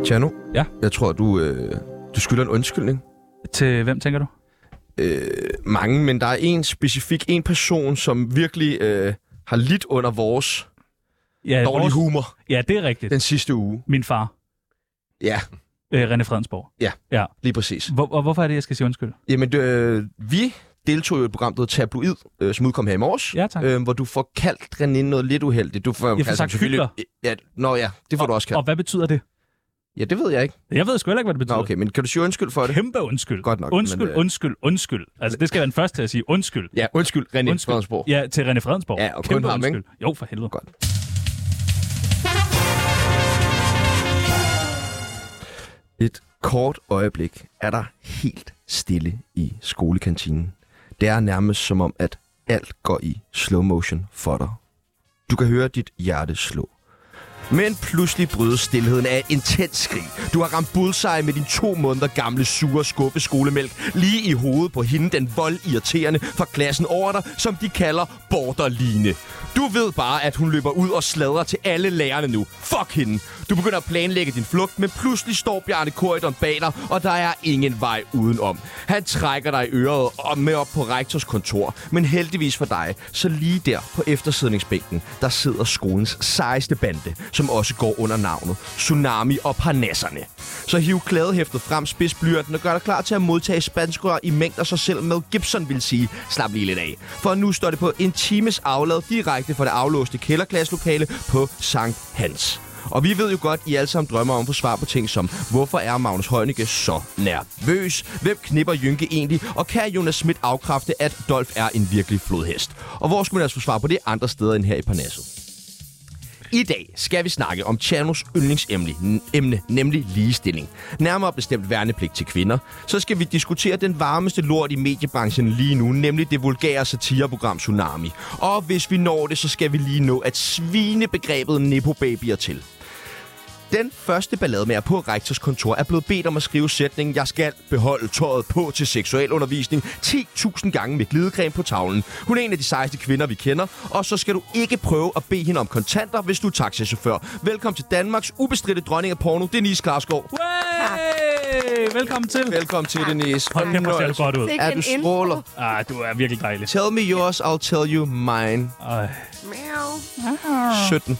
Tjerno, Ja? Jeg tror, du skylder en undskyldning. Til hvem tænker du? Mange, men der er en person, som virkelig har lidt under vores dårlige humor Ja, det er rigtigt. den sidste uge. Min far, Ja, René Fredensborg. ja. Lige præcis. Hvorfor er det, jeg skal sige undskyld? Jamen, vi deltog i et program, der hedder Tabloid, som udkom her i morges. Ja, tak. Hvor du får kaldt René noget lidt uheldigt. Du får, Jeg får sagt hylder. Ja, det får du også kaldt. Og hvad betyder det? Ja, det ved jeg ikke. Jeg ved sgu heller ikke, hvad det betyder. Nå, okay, men kan du sige undskyld for det? Kæmpe undskyld. Godt nok. Undskyld. Altså, det skal være den første til at sige undskyld. Ja, undskyld, René Fredensborg. Ja, til René Fredensborg. Ja, og kun kæmpe ham, undskyld. ikke? Jo, for helvede. Godt. Et kort øjeblik er der helt stille i skolekantinen. Det er nærmest som om, at alt går i slow motion for dig. Du kan høre dit hjerte slå. Men pludselig bryder stilheden af et intens skrig. Du har ramt bullseye med din 2 måneder gamle, sure skuffe skolemælk lige i hovedet på hende, den voldirriterende fra klassen over dig, som de kalder Borderline. Du ved bare, at hun løber ud og sladrer til alle lærerne nu. Fuck hende. Du begynder at planlægge din flugt, men pludselig står Bjarne Corydon bag dig, og der er ingen vej udenom. Han trækker dig i øret og med op på rektors kontor. Men heldigvis for dig, så lige der på eftersidningsbænken, der sidder skolens sejeste bande, som også går under navnet Tsunami og Parnasserne. Så hiv kladehæftet frem, spids blyanten og gør dig klar til at modtage spanskrør i mængder sig selv med Gibson vil sige, slap lige lidt af. For nu står det på en times aflad direkte fra det aflåste kælderklasselokale på Sankt Hans. Og vi ved jo godt, I alle sammen drømmer om at få svar på ting som, hvorfor er Magnus Heunicke så nervøs? Hvem knipper Jynke egentlig? Og kan Jonas Schmidt afkræfte, at Dolf er en virkelig flodhest? Og hvor skulle man altså få svar på det andre steder end her i Parnasset? I dag skal vi snakke om Tjernos yndlingsemne, nemlig ligestilling. Nærmere bestemt værnepligt til kvinder. Så skal vi diskutere den varmeste lort i mediebranchen lige nu, nemlig det vulgære satireprogram Tsunami. Og hvis vi når det, så skal vi lige nå at svine begrebet nepo-babyer til. Den første ballademager på rektors kontor er blevet bedt om at skrive sætningen, jeg skal beholde tøjet på til seksualundervisning 10.000 gange med glidecreme på tavlen. Hun er en af de sejeste kvinder, vi kender, og så skal du ikke prøve at bede hende om kontanter, hvis du er taxichauffør. Velkommen til Danmarks ubestridte dronning af porno, Denise Klarskov. Velkommen til. Velkommen til, Denise. Hold kæft, hvor ser du godt ud. Er du stråler? Du er virkelig dejlig. Tell me yours, I'll tell you mine. 17.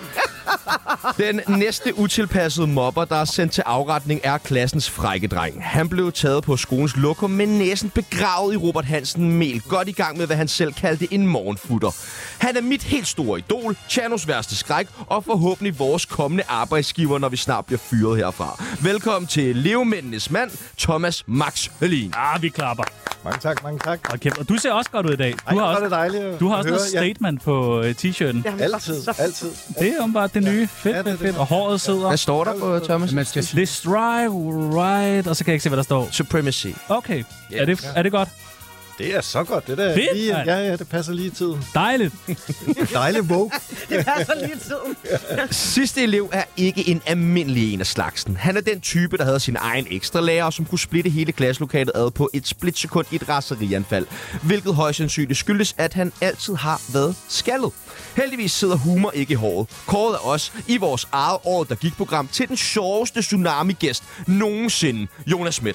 Den næste utilpassede mobber, der er sendt til afretning, er klassens frække dreng. Han blev taget på skolens lokum med næsen begravet i Robert Hansen mel. Godt i gang med, hvad han selv kaldte en morgenfutter. Han er mit helt store idol, Tjernos værste skræk, og forhåbentlig vores kommende arbejdsgiver, når vi snart bliver fyret herfra. Velkommen til levemændenes mand, Thomas Max Helin. Vi klapper. Mange tak. Og du ser også godt ud i dag. Du har også noget statement på t-shirten. Altid. Det er bare det nye. Fedt. Og håret sidder. Hvad står der på, Thomas? Destroy, right. Og så kan jeg ikke se, hvad der står. Supremacy. Okay. Er det godt? Det er så godt. Det der. Fedt, lige, ja, det passer lige i tiden. Dejligt. Dejligt woke. Det passer lige i tiden. Sidste elev er ikke en almindelig en af slagsen. Han er den type, der havde sin egen ekstra lærer, som kunne splitte hele klasselokalet ad på et splitsekund i et raserianfald. Hvilket højst sandsynligt skyldes, at han altid har været skaldet. Heldigvis sidder humor ikke i håret. Kåret af os i vores eget år, der gik program til den sjoveste tsunami-gæst nogensinde, Jonas Schmidt.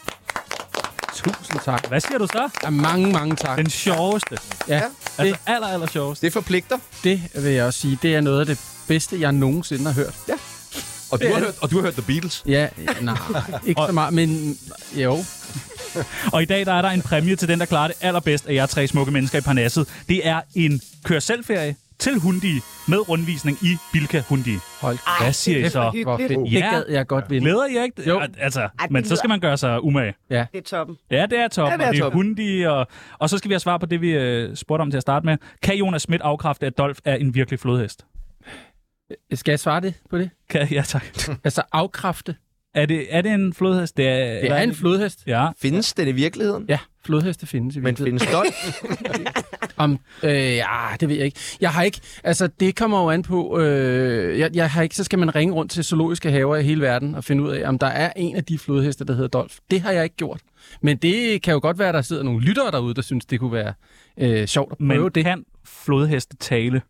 Tusind tak. Hvad siger du så? Ja, mange tak. Den sjoveste. Ja, Altså aller sjoveste. Det forpligter. det vil jeg også sige. Det er noget af det bedste, jeg nogensinde har hørt. Ja. Og du har hørt The Beatles. Ja, nej, ikke så meget, men jo. Og i dag der er der en præmie til den, der klarer det allerbedst af jer 3 smukke mennesker i Parnasset. Det er en kør-selv-ferie til Hundi med rundvisning i Bilka Hundi. Hold. Hvad siger I så? Hvor fedt. Det Ja. gad jeg godt vinde. Glæder I ikke? Jo. Altså, men så skal man gøre sig umage. Ja. Det er toppen. Ja, det er toppen. Ja, det er og det er toppen. Hundi, og så skal vi have svar på det, vi spurgte om til at starte med. Kan Jonas Schmidt afkræfte, at Dolf er en virkelig flodhest? Skal jeg svare det på det? Ja, tak. Altså afkræfte. Er det en flodhest? Det er en flodhest. Ja. Findes den i virkeligheden? Ja, flodheste findes i Men virkeligheden. findes Dolf? Det ved jeg ikke. Jeg har ikke, altså det kommer jo an på, jeg har ikke, så skal man ringe rundt til zoologiske haver i hele verden og finde ud af, om der er en af de flodheste, der hedder Dolf. Det har jeg ikke gjort. Men det kan jo godt være, at der sidder nogle lyttere derude, der synes, det kunne være sjovt at prøve Men det. kan flodheste tale?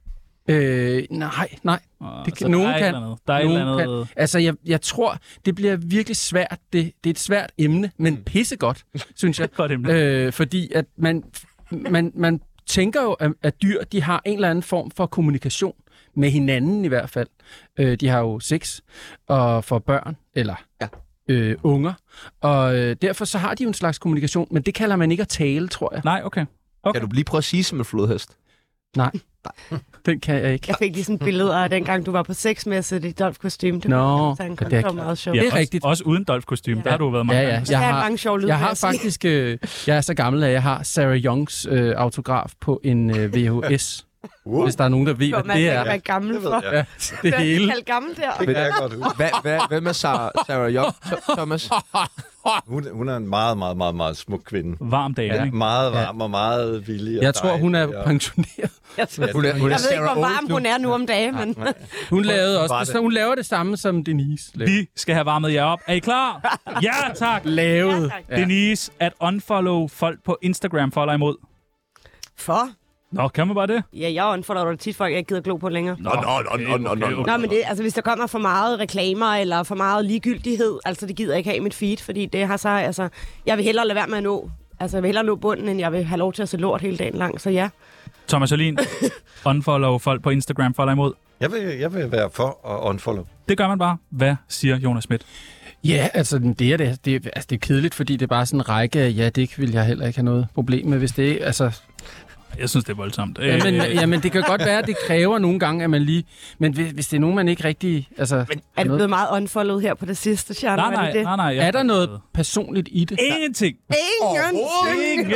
Nej. Så nogen der er kan. et eller andet. Der er et eller andet. Altså, jeg tror, det bliver virkelig svært. Det er et svært emne, men pissegodt, synes jeg. Godt emne. Fordi at man tænker jo, at dyr, de har en eller anden form for kommunikation med hinanden i hvert fald. De har jo sex og for børn, eller unger. Og derfor så har de jo en slags kommunikation, men det kalder man ikke at tale, tror jeg. Nej, okay. Kan du lige prøve at sige som en flodhest? Nej, den kan jeg ikke. Jeg fik lige sådan billeder af dengang, du var på sexmesse i dit Dolph-kostyme. Det var meget sjovt. Ja, Det er rigtigt. Også uden Dolph-kostyme. Der har du været mange gange. Jeg har faktisk, jeg er så gammel, at jeg har Sarah Youngs autograf på en VHS. Hvis der er nogen, der ved, hvad det er. Man er gammel for. Ja, det hele. Helt gammel der. Det kan jeg godt huske. Hvem er Sarah Young, Thomas? Hun er en meget, meget, meget, meget smuk kvinde. Varm dame, Ja, ikke? meget varm og meget villig. Jeg tror, hun er pensioneret. Jeg ved ikke, hvor varm hun er nu om dagen, men... Hun lavede også hun laver det samme, som Denise lavede. Vi skal have varmet jer op. Er I klar? Ja, tak. Lavet. Ja. Denise, at unfollow folk på Instagram for eller imod. For? Nå, kan man bare det? Ja, jeg unfollower tit folk, jeg ikke gider glo på længere. Nå. Nå, men det, altså, hvis der kommer for meget reklamer eller for meget ligegyldighed, altså det gider jeg ikke have i mit feed, fordi det har så, altså, jeg vil hellere lade være med at nå. Altså, jeg vil hellere nå bunden, end jeg vil have lov til at se lort hele dagen lang, så ja. Thomas Alin, unfollow folk på Instagram for eller imod. Jeg vil være for at unfollow. Det gør man bare. Hvad siger Jonas Schmidt? Ja, altså det er kedeligt, fordi det er bare sådan en række af, ja, det vil jeg heller ikke have noget problem med, hvis det er, altså... Jeg synes, det er voldsomt. Jamen, det kan godt være, at det kræver nogle gange, at man lige... Men hvis det er nogen, man ikke rigtig... Altså, Er det blevet meget unfollowet her på det sidste, Sjern? Nej. Er der noget personligt i det? Ingenting. Ingenting!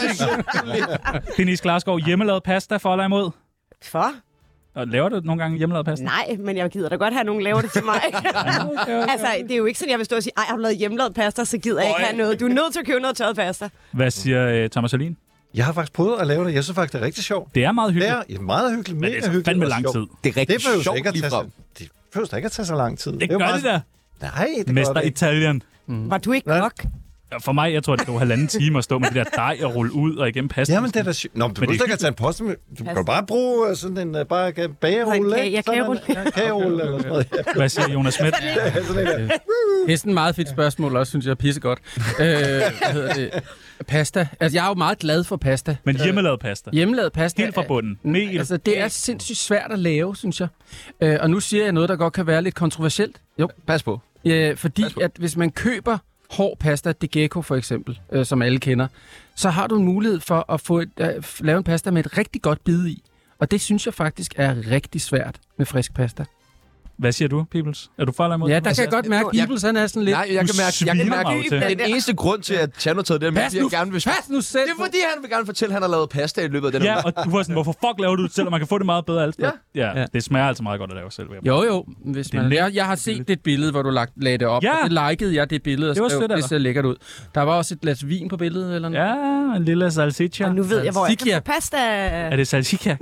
Denise Klarskov, hjemmelavet pasta for eller imod? For? Og laver du nogle gange hjemmelavet pasta? Nej, men jeg gider da godt have nogen laver det til mig. Altså, det er jo ikke sådan, jeg vil stå og sige, ej, har du lavet hjemmelavet pasta, så gider jeg ikke have noget. Du er nødt til at købe noget tørret pasta. Hvad siger Thomas Alin? Jeg har faktisk prøvet at lave det. Jeg synes faktisk, det er rigtig sjovt. Det er meget hyggeligt. Det er meget hyggeligt. Men det er så fandme lang tid. Det er rigtig Det behøver sjovt ikke lige frem. det behøver ikke at tage så lang tid. Det gør det da. Nej, det gør Mester det ikke. Italien. Var du ikke nok? For mig, jeg tror, det tog 1,5 time at stå med det der dej og rulle ud og igennem pasta. Jamen, det er da sygt. Nå, men du behøver ikke at tage en post med. Du kan bare bruge sådan en bagerulle. Kagerulle. Kagerulle eller sådan noget. Hvad siger Jonas Schmidt? Det er sådan et meget fedt spørgsmål også, synes jeg er pissegodt. Hvad hedder det? Pasta. Altså, jeg er jo meget glad for pasta. Men hjemmelavet pasta. Hjemmelavet pasta. Helt fra bunden. Mel. Altså, det er sindssygt svært at lave, synes jeg. Og nu siger jeg noget, der godt kan være lidt kontroversielt. Jo. Pas på. Fordi at hvis man køber hård pasta, de gecko for eksempel, som alle kender, så har du en mulighed for at få lave en pasta med et rigtig godt bid i. Og det synes jeg faktisk er rigtig svært med frisk pasta. Hvad siger du, Peoples? Er du for eller imod? Ja, der kan jeg godt mærke, at Peoples han er sådan lidt... Nej, jeg kan mærke den eneste grund til, at Tjerno taget det, Pas nu selv! det er fordi, han vil gerne fortælle, at han har lavet pasta i løbet af den Ja, og du var sådan, hvorfor fuck laver du det selv, og man kan få det meget bedre alt sted? Ja, det smager altså meget godt at lave selv. Jo, hvis man... Jeg har set det billede, hvor du lagde det op, og det likede jeg, det billede, og skrev, det ser lækkert ud. Der var også et glas vin på billedet, eller noget? Ja, en lille salsiccia. Og nu ved jeg, hvor jeg kan få pasta. Er det salsiccia?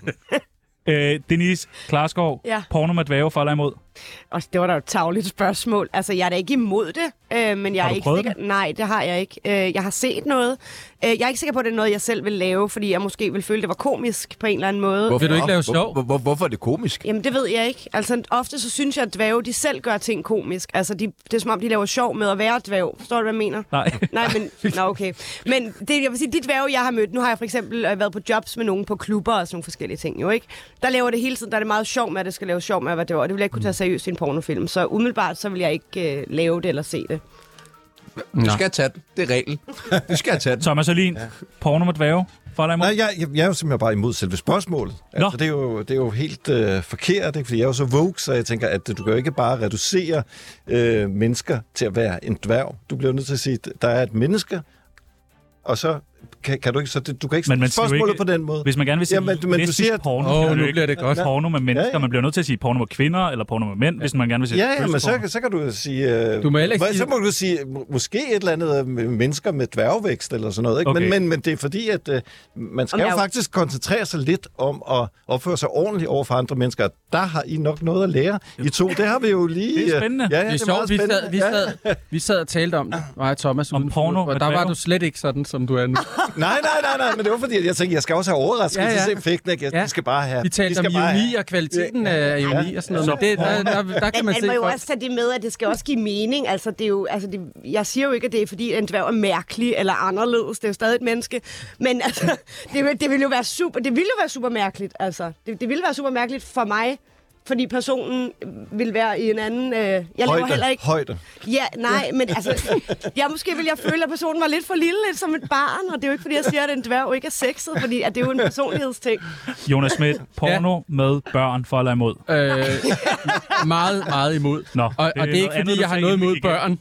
Denise Klarskov, porno med dvæve for eller imod? Og det var da et tarveligt spørgsmål. Altså, jeg er da ikke imod det, men jeg er ikke sikker. Nej, det har jeg ikke. Jeg har set noget. Jeg er ikke sikker på, at det er noget, jeg selv vil lave, fordi jeg måske vil føle, det var komisk på en eller anden måde. Vil du ikke lave sjov? Hvorfor er det komisk? Jamen, det ved jeg ikke. Altså, ofte så synes jeg, at dvæve, de selv gør ting komisk. Altså, det er som om, de laver sjov med at være dvæv. Forstår du, hvad jeg mener? Nej, men... Nå, okay. Men det, jeg vil sige, de dvæve, jeg har mødt... Nu har jeg for eksempel været på jobs med nogen på klubber og sådan nogle forskellige ting, jo ikke? Der laver det hele tiden. Der er det meget sjov med, at det skal lave sjov med at være dvæv. Det vil jeg ikke kunne tage seriøst i en pornofilm. Så umiddelbart, så vil jeg ikke lave det eller se det. Du skal tage den. Det er reglen. Du skal tage den. Thomas Alin, porno med dvæve for eller imod? Nej, jeg er jo simpelthen bare imod selve spørgsmålet. Altså, det er jo helt forkert, ikke? Fordi jeg er jo så woke, så jeg tænker, at du kan jo ikke bare reducere mennesker til at være en dværg. Du bliver nødt til at sige, at der er et menneske, og så kan du ikke, så du kan ikke stille spørgsmålet på den måde. Hvis man gerne vil sige, men du siger, porno, nu bliver det godt. Porno med mennesker, man bliver nødt til at sige porno med kvinder, eller porno med mænd, hvis man gerne vil sige... Ja, men så kan du sige... Du må ikke så må du sige, måske et eller andet mennesker med dværgvækst, eller sådan noget, ikke? Okay. Men det er fordi, at man skal jo faktisk koncentrere sig lidt om at opføre sig ordentligt over for andre mennesker. Der har I nok noget at lære. I to, det har vi jo lige... Det er spændende. Ja, det er sjovt, vi sad og talte om det, mig og Thomas, om porno, og der var du slet ikke sådan, som du er nu. Nej, men det var fordi, jeg tænkte, jeg skal også have overraskelse til effekten. Jeg skal bare have... Vi talte om ironi og kvaliteten af ironi og sådan noget, men der kan man se... Man må jo også tage det med, at det skal også give mening. Altså, det er jo, jeg siger jo ikke, at det er fordi, en dværg er mærkelig eller anderledes. Det er jo stadig et menneske. Men altså, det ville jo være super mærkeligt. Altså, det ville være super mærkeligt for mig, fordi personen vil være i en anden... Jeg lever heller ikke... Højde. Ja, nej, men altså... Måske vil jeg føle, at personen var lidt for lille, lidt som et barn, og det er jo ikke, fordi jeg siger, at en dværg ikke er sexet, fordi at det er jo en personlighedsting. Jonas Schmidt, porno med børn for eller imod? Meget, meget imod. Nå, og det er ikke, fordi jeg har noget imod børn.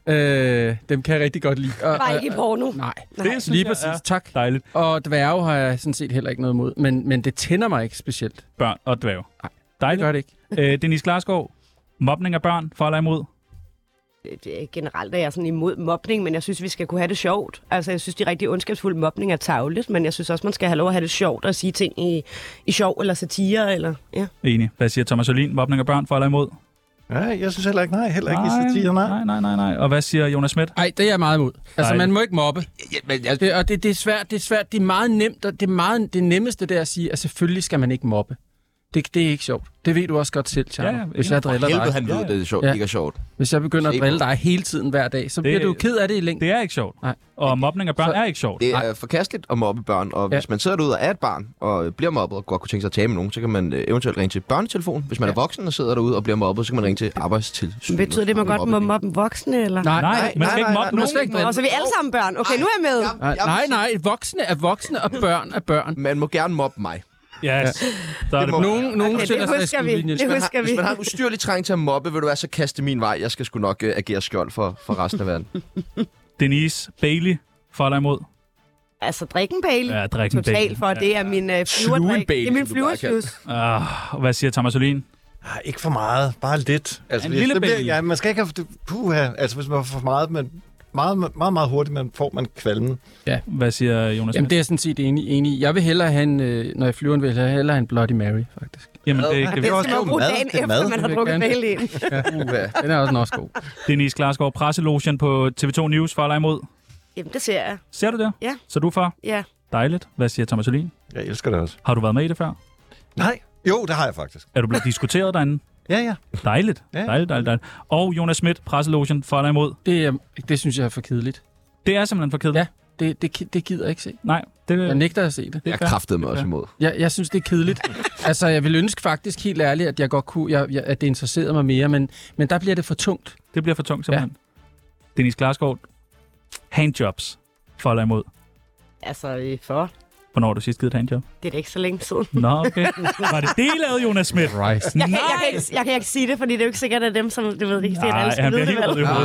Dem kan jeg rigtig godt lide. Bare ikke i porno. Nej, det lige præcis. Tak. Dejligt. Og dværge har jeg sådan set heller ikke noget imod, men det tænder mig ikke specielt. Børn og dværge. Nej. Dejligt. Det gør det ikke. Denise Klarskov, mobning af børn, for eller imod? Generelt er jeg sådan imod mobning, men jeg synes, vi skal kunne have det sjovt. Altså, jeg synes, de rigtig ondskabsfulde mobning er tarveligt, men jeg synes også, man skal have lov at have det sjovt og sige ting i sjov eller satire. Eller, ja. Enig. Hvad siger Thomas Jolin? Mobning af børn, for eller imod? Nej, jeg synes heller ikke nej. Heller ikke i satire, nej. Nej. Og hvad siger Jonas Schmidt? Nej, det er jeg meget imod. Altså, man må ikke mobbe. Det er svært. Det er meget nemt, og det nemmeste det er at sige, at selvfølgelig skal man ikke mobbe. Det er ikke sjovt. Det ved du også godt selv, Charlie. Ja, hvis jeg driller dig. Han ved, det er sjovt. Ikke er sjovt. Hvis jeg begynder at drille dig hele tiden hver dag, så bliver du ked af det i længden. Det er ikke sjovt. Nej. Og mobning af børn er ikke sjovt. Det er forkasteligt at mobbe børn, og hvis man sidder derude og er et barn, og bliver mobbet og godt kunne tænke sig at tale med nogen, så kan man eventuelt ringe til børnetelefonen. Hvis man er voksen og sidder derude og bliver mobbet, så kan man ringe til arbejdstilsynet. Betyder det, man godt må mobbe voksne, eller? Nej, man skal ikke mobbe nogen. Og så er vi alle sammen børn. Okay, nu er jeg med. Nej, voksne er voksne, og børn er børn. Man må gerne mobbe mig. Yes. Der er nogen okay, det husker vi. Hvis man har en ustyrlig træng til at mobbe, vil du være så kaste min vej. Jeg skal sgu nok agere skjold for resten af verden. Denise Bailey, for eller imod? Altså, drikken Bailey. Ja, drikken Bailey. Total, for det er min flyverdrik. Det er min flyversjus. Hvad siger Thomas Jolin? Ikke for meget, bare lidt. Altså, en lille Bailey. Ja, man skal ikke have... Altså, hvis man får for meget, men meget hurtigt, får man kvalmen. Ja. Hvad siger Jonas? Jamen, det er sådan set enig i. Jeg vil hellere have når jeg flyver, vil jeg hellere have en Bloody Mary, faktisk. Jamen, det kan vi også bruge dagen efter, man har drukket Bailey. Den er også god. Denise Klarskov, presselogen på TV2 News, for eller imod? Jamen, det ser jeg. Ser du det? Ja. Så du er for? Ja. Dejligt. Hvad siger Thomas Jolin? Jeg elsker det også. Har du været med i det før? Nej. Jo, det har jeg faktisk. Er du blevet diskuteret derinde? Ja. Dejligt. Dejligt. Og Jonas Schmidt, presselogen, for eller imod? Det synes jeg er for kedeligt. Det er simpelthen for kedeligt? Ja, det gider jeg ikke se. Nej. Jeg nægter at se det. Jeg kræftede mig også imod. Jeg synes, det er kedeligt. Altså, jeg vil ønske faktisk helt ærligt, at jeg godt kunne, at det interesserede mig mere, men der bliver det for tungt. Det bliver for tungt, simpelthen. Ja. Denise Klarskov, handjobs, for eller imod? Altså, for... Hvornår har du sidst givet et handjob? Det er da ikke så længe siden. Nå, okay. Var det lavede Jonas Schmidt? Right. Jeg kan ikke sige det, fordi det er jo ikke sikkert, at dem, som det ved ikke, at alle skal vide det.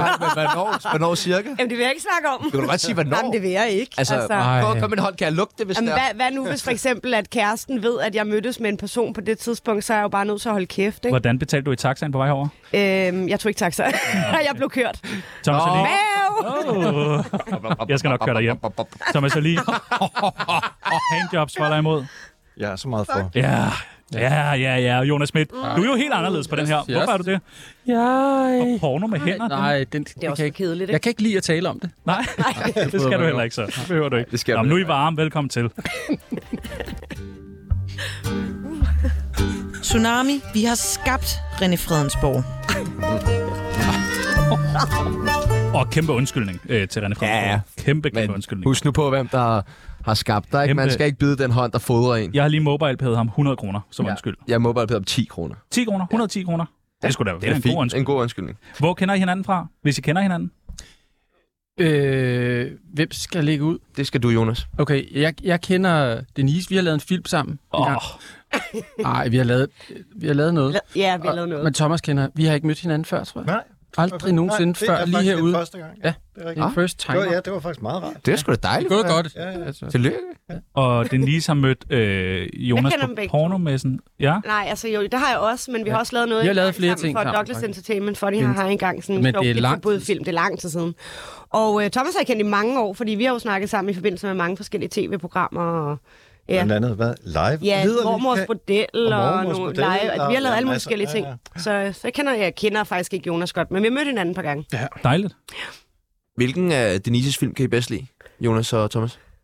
Hvornår cirka? Jamen, det vil jeg ikke snakke om. Du kan du godt sige, hvornår? Jamen, det vil jeg ikke. Kom med en hånd, kan jeg lugte det, hvis det er? Hvad nu, hvis for eksempel, at kæresten ved, at jeg mødtes med en person på det tidspunkt, så er jeg jo bare nødt til at holde kæft, ikke? Hvordan betalte du i taxaen på vej herover? Jeg tog ikke taxa. Jeg blev kørt. Thomas Jolin. Jeg skal nok køre dig hjem. Thomas Jolin. Handjobs, for eller imod? Jeg er så meget for. Ja. Jonas Schmidt. Du er jo helt anderledes på den her. Hvorfor er du det? Og porno med hænder? Nej, det er også kedeligt, ikke? Jeg kan ikke lide at tale om det. Nej, det skal du heller ikke så. Det behøver du ikke. Det skal nu er I varme. Velkommen til. Tsunami, vi har skabt René Fredensborg. Og kæmpe undskyldning til René Fredensborg. Ja. Kæmpe undskyldning. Husk nu på, hvem der har skabt dig. Ikke? Man skal ikke bide den hånd, der fodrer en. Jeg har lige mobilepædet ham 100 kroner som undskyld. Jeg har mobilepædet ham 10 kroner. 10 kroner? 110 kroner? Det skulle da være en god undskyldning. Hvor kender I hinanden fra, hvis I kender hinanden? Hvem skal lægge ud? Det skal du, Jonas. Okay, jeg kender Denise. Vi har lavet en film sammen. Nej, vi har lavet noget. Ja, vi har lavet noget. Men Thomas kender. Vi har ikke mødt hinanden før, tror jeg. Nej. Aldrig nogensinde før lige herude. Det er første gang. Ja, det er first time. Det var faktisk meget rart. Det er sgu da dejligt. Det er godt. Ja. Tillykke. Ja. Og Denise har mødt Jonas på pornomessen. Ja? Nej, altså jo, det har jeg også, men vi har også lavet noget. Vi har lavet flere ting for Douglas Entertainment, for de har engang sådan en sjov film. Det er lang tid siden. Og Thomas har jeg kendt i mange år, fordi vi har jo snakket sammen i forbindelse med mange forskellige tv-programmer og blandt andet, hvad? Live? Ja, Mormors Bordel og nogle live. Altså, vi har lavet alle mulige forskellige ting. Så jeg kender faktisk ikke Jonas godt, men vi har mødt hinanden et par gange. Ja. Dejligt. Hvilken af Denises film kan I bedst lide, Jonas og Thomas?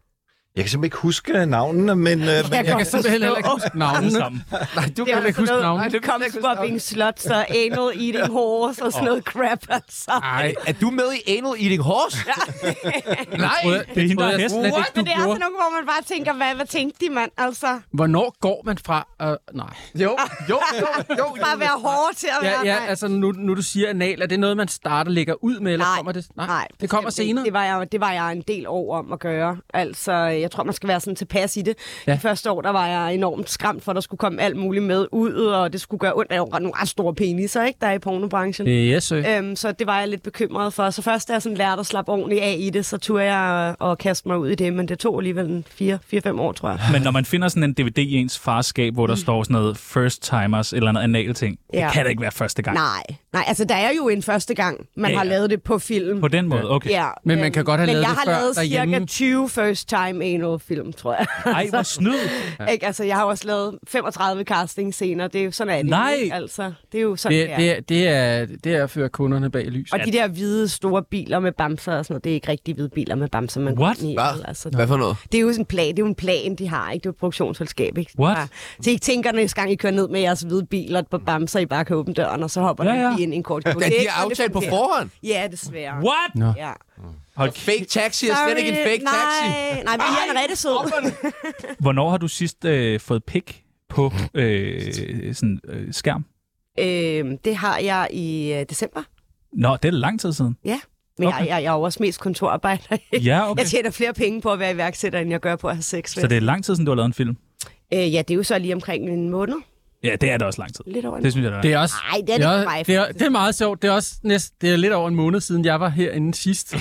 Jeg kan simpelthen ikke huske navnene, men... Jeg kan simpelthen heller ikke huske navnene. Nej, du kan ikke huske navnene. Det kom Swapping Sluts og Anal Eating Horse og sådan noget crap, altså. Ej, er du med i Anal Eating Horse? Nej, det er hende, der er hesten. Men det er sådan nogle, hvor man bare tænker, hvad tænkte de, mand, altså? Hvornår går man fra... Nej. Jo. Bare være hård til at være... Ja, altså nu du siger anal, er det noget, man starter lægger ud med, eller kommer det? Nej, det kommer senere. Det var jeg en del år om at gøre. Altså, jeg tror, man skal være sådan tilpas i det. Ja. De første år, der var jeg enormt skræmt for, at der skulle komme alt muligt med ud, og det skulle gøre ondt af nogle ret store peniser, ikke, der er i pornobranchen. Yes, så det var jeg lidt bekymret for. Så først da jeg sådan lærte at slappe ordentligt af i det, så turde jeg at kaste mig ud i det, men det tog alligevel 4-5 år, tror jeg. Men når man finder sådan en DVD i ens fars skab, hvor der står sådan noget first timers eller noget anal ting, det kan da ikke være første gang. Nej, altså der er jo en første gang, man har lavet det på film. På den måde, okay. Ja, men man kan godt have lavet det før derhjemme. Men jeg har lavet cirka 20 first time anal film, tror jeg. Ej, hvor snyd. Ikke? Altså, jeg har også lavet 35 casting-scener. Det er jo sådan, at det altså. Det er jo sådan, det er at føre kunderne bag lys. Og de der hvide, store biler med bamser og sådan noget, det er ikke rigtig hvide biler med bamser. Man What? Hvad for noget? Det er jo sådan en plan, de har, ikke? Det er jo et produktionsselskab, ikke? What? Ja. Så I tænker, næste gang I kører ned med jeres hvide biler på bamser, I bare kan åbne døren, og så hopper der lige ind i en kort. Ja, de er aftalt på forhånd? Ja, desværre. What? No. Ja. Fake taxi er slet ikke en fake taxi. Nej, men I er en rigtig sød. Hvornår har du sidst fået pik på skærm? Det har jeg i december. Nå, det er lang tid siden. Ja, men okay. jeg er jo også mest kontorarbejder. Ja, okay. Jeg tjener flere penge på at være iværksætter, end jeg gør på at have sex. Så det er lang tid siden, du har lavet en film? Ja, det er jo så lige omkring en måned. Ja, det er da også lang tid. Lidt over en det synes jeg, det er også. Nej, det er det for mig. Det er meget sjovt. Det er også det er lidt over en måned siden, jeg var herinde sidst.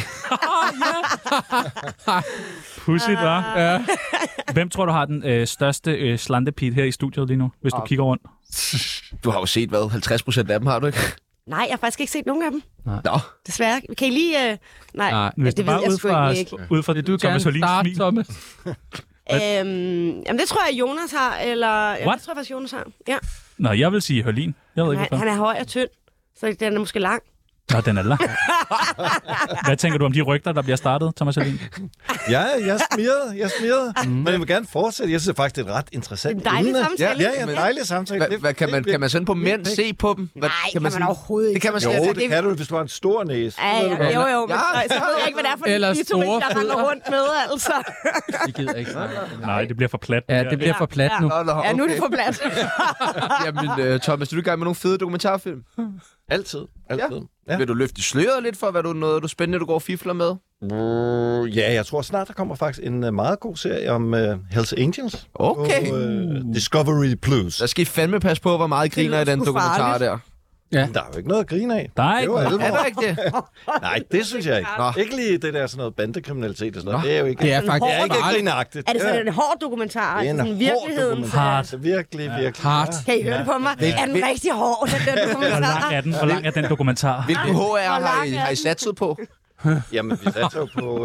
Pudsigt, hva'? Ja. Hvem tror du har den største slantepit her i studiet lige nu, hvis du kigger rundt? Du har jo set, 50% af dem har du ikke? Nej, jeg har faktisk ikke set nogen af dem. Nå. Desværre. Kan I lige... Nej, hvis det ved jeg sgu ikke. Ud fra det, du Thomas Holins smil. Thomas. Jamen, det tror jeg, Jonas har, eller... Det tror jeg faktisk, Jonas har. Ja. Nå, jeg vil sige Hørlin. Jeg ved ikke, han er høj og tynd, så den er måske lang. Nå, den er lang. Hvad tænker du om de rygter, der bliver startet, Thomas Hørlin? Ja, jeg smirede. Men jeg vil gerne fortsætte. Jeg synes faktisk, det er et ret interessant emne. En dejlig samtale. Ja, en dejlig samtale. Kan man sådan på mænd se på dem? Nej, kan man overhovedet ikke. Det kan man slet ikke. Det kan du, hvis du har en stor næse. Jo, men så ved jeg ikke, hvad det er for en litorik, der render rundt med, altså. Det gider ikke. Nej, det bliver for plat. Ja, det bliver for plat nu. Ja, nu er det for plat. Jamen, Thomas, er du i gang med nogle fede dokumentarfilm? Altid. Ja. Vil du løfte sløret lidt for, hvad du spændende, du går og fifler med? Ja, jeg tror snart, der kommer faktisk en meget god serie om Hells Angels. Okay. På Discovery Plus. Der skal I fandme passe på, hvor meget griner i den dokumentar der. Ja. Der er jo ikke noget at grine af. Nej, er der ikke det? Nej, det synes jeg ikke. Nå. Ikke lige det der sådan noget bandekriminalitet og sådan noget. Det er jo ikke. Det er faktisk ikke grinagtigt. Er det sådan en hård dokumentar? Det er en virkeligheden. Hard. Virkelig hard. Kan I høre det på mig? Er den rigtig hård, den dokumentar? Hvor lang er den dokumentar? Hvilken HR har I satset på? Jamen, vi satser jo på,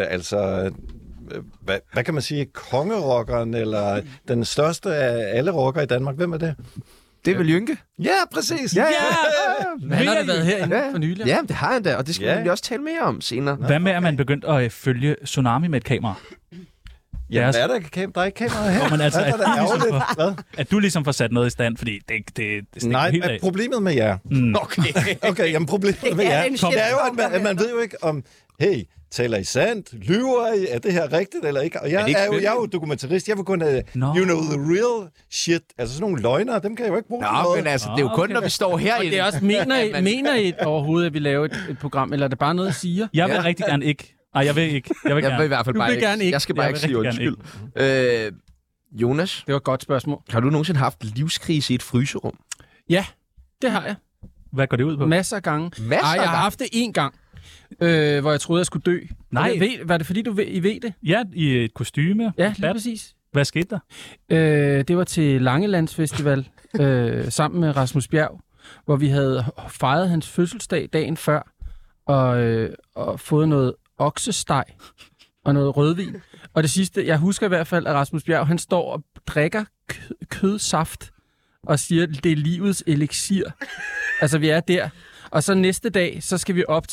hvad kan man sige, kongerockeren, eller den største af alle rockere i Danmark. Hvem er det? Det er vel Jynke? Ja, præcis. Ja! Han har da været herinde for nylig. Ja, det har han da, og det skal vi også tale mere om senere. Hvad med, at man begyndt at følge Tsunami med et kamera? Ja, hvad er der ikke kamera? Der er ikke kamera her. Men altså, at du ligesom får sat noget i stand, fordi det nej, helt af. Problemet med jer. Okay, jamen problemet med jer. Det er jo, at man ved jo ikke om, hey, taler I sandt? Lyver I? Er det her rigtigt eller ikke? Og jeg er jo dokumentarist. Jeg vil kun have, you know, the real shit. Altså sådan nogle løgnere, dem kan jeg jo ikke bruge. Nå, men altså, det er jo kun, når vi står herinde. Og det er også, mener I overhovedet, at vi laver et program, eller er det bare noget, I siger? Jeg vil rigtig gerne ikke. Nej, jeg vil ikke. Jeg vil i hvert fald bare ikke. Jeg skal bare ikke sige undskyld. Jonas? Det var et godt spørgsmål. Har du nogensinde haft livskrise i et fryserum? Ja, det har jeg. Hvad går det ud på? Masser af gange. Jeg har haft det én gang, hvor jeg troede, jeg skulle dø. Nej. Var det fordi, I ved det? Ja, i et kostyme. Ja, lige præcis. Hvad skete der? Det var til Langelandsfestival sammen med Rasmus Bjerg, hvor vi havde fejret hans fødselsdag dagen før, og fået noget oksesteg og noget rødvin. Og det sidste, jeg husker i hvert fald, at Rasmus Bjerg, han står og drikker kødsaft og siger, at det er livets elixir. Altså, vi er der. Og så næste dag, så skal vi optage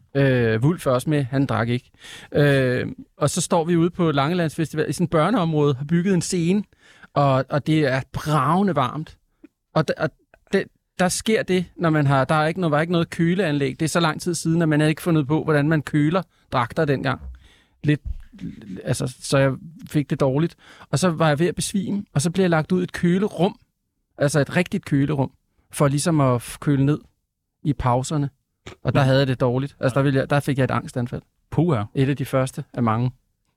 Wulf er også med, han drak ikke. Og så står vi ude på Langelandsfestival i sådan et børneområde, har bygget en scene, og det er bravende varmt. Og der sker det, når man har... Der var ikke noget køleanlæg. Det er så lang tid siden, at man havde ikke fundet på, hvordan man køler dragter dengang. Lidt, altså, så jeg fik det dårligt. Og så var jeg ved at besvime, og så blev jeg lagt ud i et kølerum. Altså et rigtigt kølerum, for ligesom at køle ned i pauserne. Og der havde jeg det dårligt. Altså der fik jeg et angstanfald. Puha. Et af de første af mange.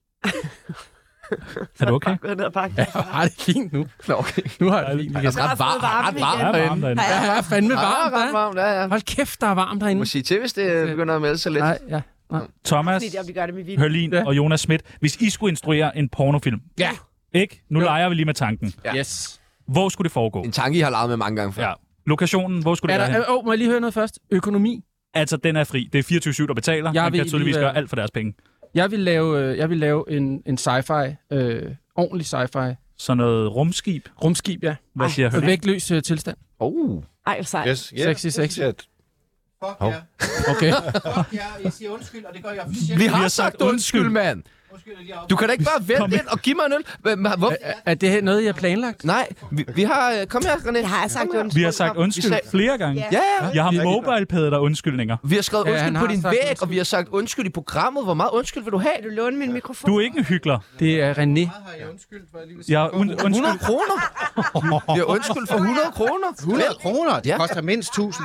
Er du okay? Ja, jeg har det fint nu. Okay. Nu har jeg det fint. Det er ret varmt derinde. Ja, er fandme varmt, ja. Hold kæft, der er varmt derinde. Må sige til, hvis det begynder at melde sig lidt. Nej. Thomas, Hørlin og Jonas Schmidt, hvis I skulle instruere en pornofilm. Ja. Ikke? Nu leger vi lige med tanken. Ja. Yes. Hvor skulle det foregå? En tanke, I har leget med mange gange før. Ja. Lokationen, hvor skulle det være hen? Må jeg lige høre noget først? Økonomi. Altså, den er fri. Det er 24/7, der betaler. Man kan tydeligvis gøre alt for deres penge. Jeg vil lave en sci-fi, ordentlig sci-fi. Så noget rumskib. Rumskib, ja. Hvad siger Hørlin? Vægtløs tilstand. Ej, sejt. Yes, yeah. Sexy. Fuck ja. Okay. Fuck ja, jeg siger undskyld, og det gør jeg officielt. Vi har sagt undskyld, mand. Du kan da ikke bare vente ind og give mig en øl. Er det noget, I har planlagt? Nej, vi har... Kom her, René. Jeg har sagt undskyld. Vi har sagt undskyld flere gange. Ja. Jeg har mobilepadet og undskyldninger. Vi har skrevet undskyld på din væg, undskyld. Og vi har sagt undskyld i programmet. Hvor meget undskyld vil du have? Vil du låne min mikrofon? Du er ikke en hyggler. Det er René. Har jeg undskyldt, hvad jeg lige vil sige? Jeg er undskyld. 100 kroner? Vi har undskyld for 100 kroner. 100 kroner? Det Ja. koster mindst 1000.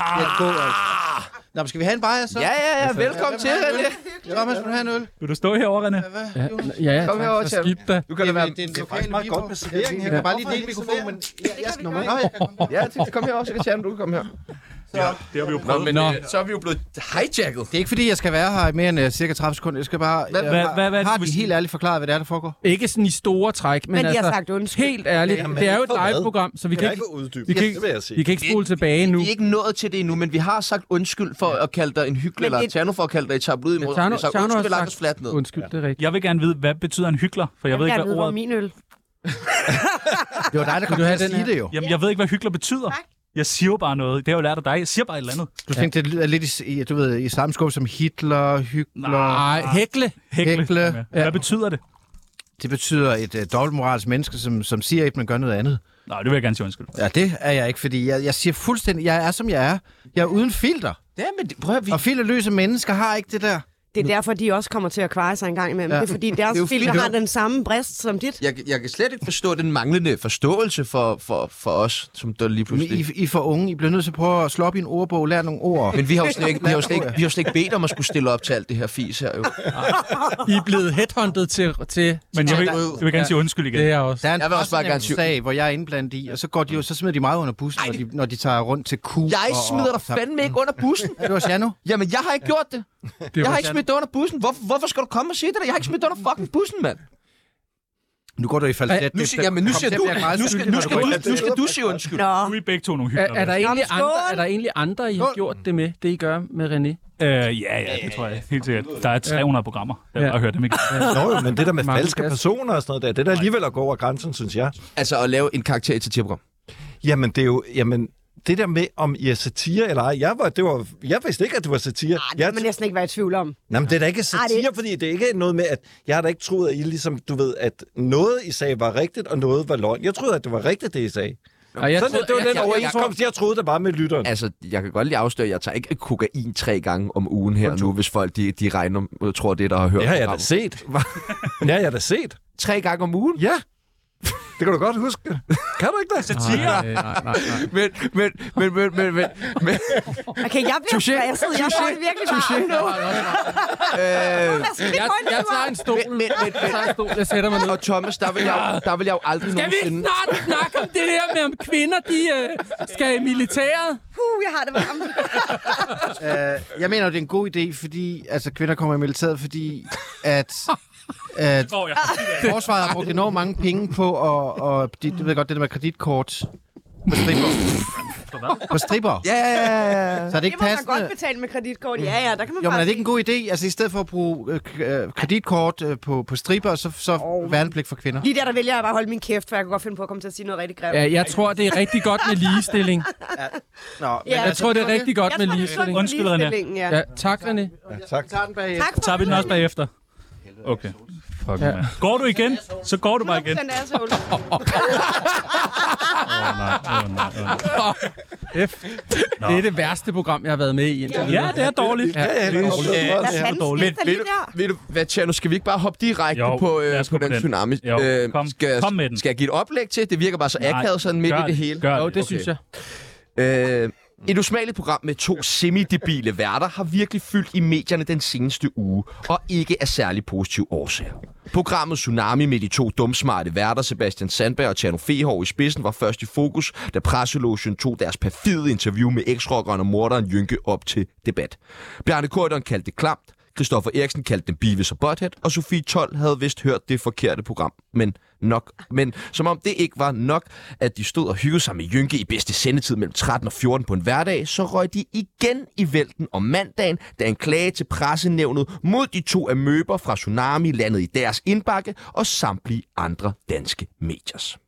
Nå, men skal vi have en bajer så? Ja. Velkommen til, René. Thomas, vil du have en øl? Vil du stå herovre, René? Ja, Kom herover, tak. Tjern. Skidt da. Du kan da være... Det er en lokal meget godt med servering. Jeg kan bare lige dele mikrofonen, men jeg skal komme. Nå, jeg kan komme. Ja, kom herover, så kan Tjern, du komme her. Det har vi jo prøvet. Så er vi jo blevet hijacket. Det er ikke fordi, jeg skal være her i mere end cirka 30 sekunder. Jeg skal bare... Hvad har du vil de helt ærligt forklaret, hvad det er, der foregår? Ikke sådan i store træk, men de altså... har sagt undskyld. Helt ærligt. Det er jo et live-program, så vi kan ikke... uddybe. Vi kan Det vil jeg sige. Vi kan ikke spole tilbage nu. Vi er ikke nået til det endnu, men vi har sagt undskyld for at kalde dig en hyggelig, eller Tjerno for at kalde dig et tabloid imod. Vi har sagt undskyld, vi lagt os fladt ned. Undskyld, det er rigtigt. Jeg vil gerne vide, hvad betyder en hyggler? For jeg ved ikke, hvad ordet... min øl. Det var dig, der kom til at sige det jo. Jamen, jeg ved ikke, hvad hyggler betyder. Jeg siger jo bare noget. Det har jo lært af dig. Jeg siger bare et eller andet. Du tænkte, det er lidt i samme skub som Hitler, hykler... Nej, hækle. Hækle. Hvad betyder det? Det betyder et dobbeltmoralsk menneske, som siger et, men gør noget andet. Nej, det vil jeg gerne sige undskyld. Ja, det er jeg ikke, fordi jeg siger fuldstændig, jeg er som jeg er. Jeg er uden filter. Ja, men prøv at Og filterløse mennesker har ikke det der. Det er derfor, de også kommer til at kveje sig en gang imellem. Ja. Det er fordi, Det er jo deres filter fint. har den samme brist som dit. Jeg kan slet ikke forstå den manglende forståelse for os, som der lige pludselig... I er for unge. I bliver nødt til at prøve at slå op i en ordbog og lære nogle ord. Men vi har jo slet ikke bedt om at skulle stille op til alt det her fis her, jo. I er blevet headhunted til... Men jeg vil gerne sige undskyld igen. Det er også. Der er en Jeg vil også bare gerne sige- sag, hvor jeg er indblandet i, og så smider de meget under bussen, når de tager rundt til Q. Jeg smider dig fandme ikke under bussen. Det var Sjano. Jamen, jeg har ikke gjort det. Jeg har ikke smidt dig under bussen. Hvorfor skal du komme og sige det der? Jeg har ikke smidt dig under fucking bussen, mand. Nu går du i falset. Nu skal du sige undskyld. Nu er I begge to nogle hyggelige. Er der egentlig andre, I har gjort det med, det I gør med René? Ja, det tror jeg helt sikkert. Der er 300 programmer. Jeg har hørt dem ikke. Nå jo, men det der med Mange falske gas. personer og sådan noget der, det er der alligevel at gå over grænsen, synes jeg. Altså at lave en karakter i et satireprogram. Jamen, det er jo... det der med, om I er satire eller ej, jeg vidste ikke, at det var satire. Det kan man næsten ikke være i tvivl om. Nej, men det er da ikke satire, fordi det er ikke noget med, at jeg har da ikke troet, at I ligesom, du ved, at noget I sagde var rigtigt, og noget var løgn. Jeg troede, at det var rigtigt, det I sagde. Og jeg Sådan, det var den overenskomst, jeg troede, der var med lytteren. Altså, jeg kan godt lige afsløre, at jeg tager ikke kokain 3 gange om ugen her nu, hvis folk de regner, tror det, der har hørt. Det har jeg da programmet. set. Det har jeg da set. 3 gange om ugen? Ja. Det kan du godt huske. Kan du ikke det? Satire? Nej. Men... Okay, jeg bliver stresset. Jeg får det virkelig varmt nu. Jeg tager en stol. Jeg sætter mig ned. Og Thomas, der vil jeg jo aldrig Skal vi ikke nogensinde... snart snakke om det der med, om kvinder de skal i militæret? Jeg har det varmt. Jeg mener, det er en god idé, fordi kvinder kommer i militæret, fordi at forsvaret har brugt enormt mange penge på, og du ved godt, det der med kreditkort. På stripper. På stripper? Ja. Så er det ikke det må passende? man godt betale med kreditkort. Ja, der kan man Jo, men bare er det ikke en god idé? Altså, i stedet for at bruge kreditkort på stripper, så værnepligt for kvinder. Lige der vælger jeg bare at holde min kæft, for jeg kan godt finde på at komme til at sige noget rigtig grimt. Ja, jeg tror, det er rigtig godt med ligestilling. Jeg tror, det er rigtig godt med ligestilling. Undskyld, René. Ja, tak, René. Ja, tak. Tager vi den også bagefter? Okay. Fuck, ja. Går du igen, så går du bare igen. Det er det værste program, jeg har været med i. Ja, det er dårligt. Ja, det er dårligt. Ved du hvad, Tjerno, skal vi ikke bare hoppe direkte på den tsunami? Kom med den. Skal jeg give et oplæg til? Det virker bare så akavet sådan midt i det hele. Det synes jeg. Et usmageligt program med 2 semidebile værter har virkelig fyldt i medierne den seneste uge, og ikke af særlig positive årsager. Programmet Tsunami med de 2 dumsmarte værter, Sebastian Sandberg og Tjerno Fehov i spidsen, var først i fokus, da presselogen tog deres perfide interview med eksrockeren og morderen Jynke op til debat. Bjarne Corydon kaldte det klamt, Christoffer Eriksen kaldte den Beavis og Butthead, og Sofie Told havde vist hørt det forkerte program. Men som om det ikke var nok, at de stod og hyggede sig med Jynke i bedste sendetid mellem 13 og 14 på en hverdag, så røg de igen i vælten om mandagen, da en klage til pressenævnet mod de 2 amøber fra Tsunami landede i deres indbakke og samtlige andre danske mediers.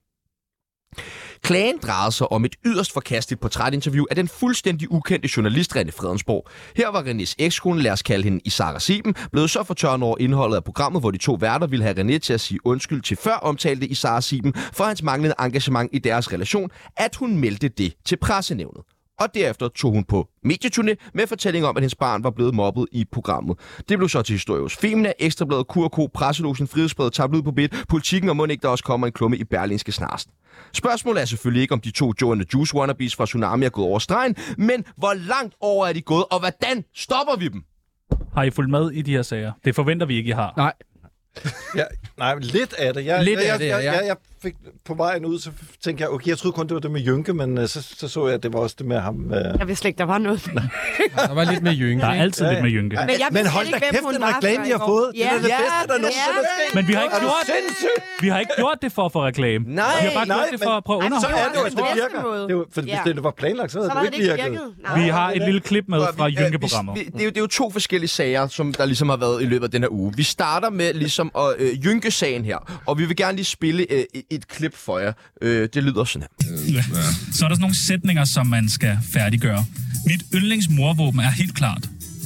Klagen drejede sig om et yderst forkasteligt portrætinterview af den fuldstændig ukendte journalist René Fredensborg. Her var Renés ekskone, lad os kalde hende Isara Sieben, blevet så fortørnet over indholdet af programmet, hvor de 2 værter ville have René til at sige undskyld til før omtalte Isara Sieben for hans manglende engagement i deres relation, at hun meldte det til pressenævnet. Og derefter tog hun på medieturné med fortælling om, at hendes barn var blevet mobbet i programmet. Det blev så til historie hos Femina, Ekstrabladet, Q&K, Presselogen, Frihedsbrevet, Tabloid på Bit, Politikken og må ikke der også kommer en klumme i Berlingske snarest. Spørgsmålet er selvfølgelig ikke, om de 2 Joe and the Juice wannabes fra Tsunami er gået over stregen, men hvor langt over er de gået, og hvordan stopper vi dem? Har I fulgt med i de her sager? Det forventer vi ikke, I har. Nej. Nej, lidt af det. Jeg fik på vejen ud, så tænkte jeg, okay, jeg troede kun, det var det med Jynke, men så jeg, at det var også det med ham. Jeg vidste ikke, der var noget. Der var lidt med Jynke. Der er altid lidt med Jynke. Men hold da kæft, den reklame, vi har fået. Det er det bedste, der nogensinde er sket. Men vi har ikke gjort det for at få reklame. Nej. Vi har bare gjort det for at prøve at underholde. Så er det jo, at det virker. For hvis det var planlagt, så havde det ikke virket. Vi har et lille klip med fra Jynke-programmet. Det er jo 2 forskellige sager, som der ligesom har været i løbet af den her uge. Vi starter med ligesom Jynke-sagen her, og vi vil gerne lige spille et klip for jer. Det lyder sådan her. Så er der sådan nogle sætninger, som man skal færdiggøre. Mit yndlingsmorvåben er helt klart.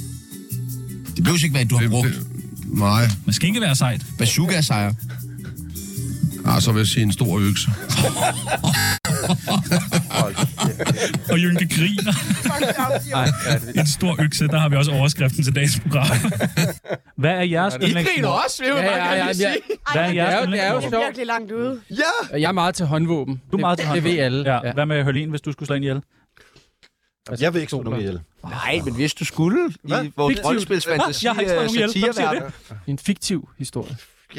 Det behøver ikke være, at du har brugt. Nej. Man skal ikke være sejt. Bazooka er sejr. Ja, så vil jeg sige en stor økse. Og Jynke griner. En stor økse, der har vi også overskriften til dagens program. Hvad er jeres yndlingsmorvåben? I griner også, vil jeg bare gerne sige. Hvad er jeres yndlingsmorvåben? Det er virkelig langt ude. Ja! Jeg er meget til håndvåben. Du er meget til håndvåben. Det ved alle. Ja. Hvad med Hørlin, hvis du skulle slå ind ihjel? Jeg vil ikke slå nogen ihjel. Nej, men hvis du skulle i vores rollespilsfantasi, Jeg har ikke slået nogen ihjel. Hvem siger det? En fiktiv historie.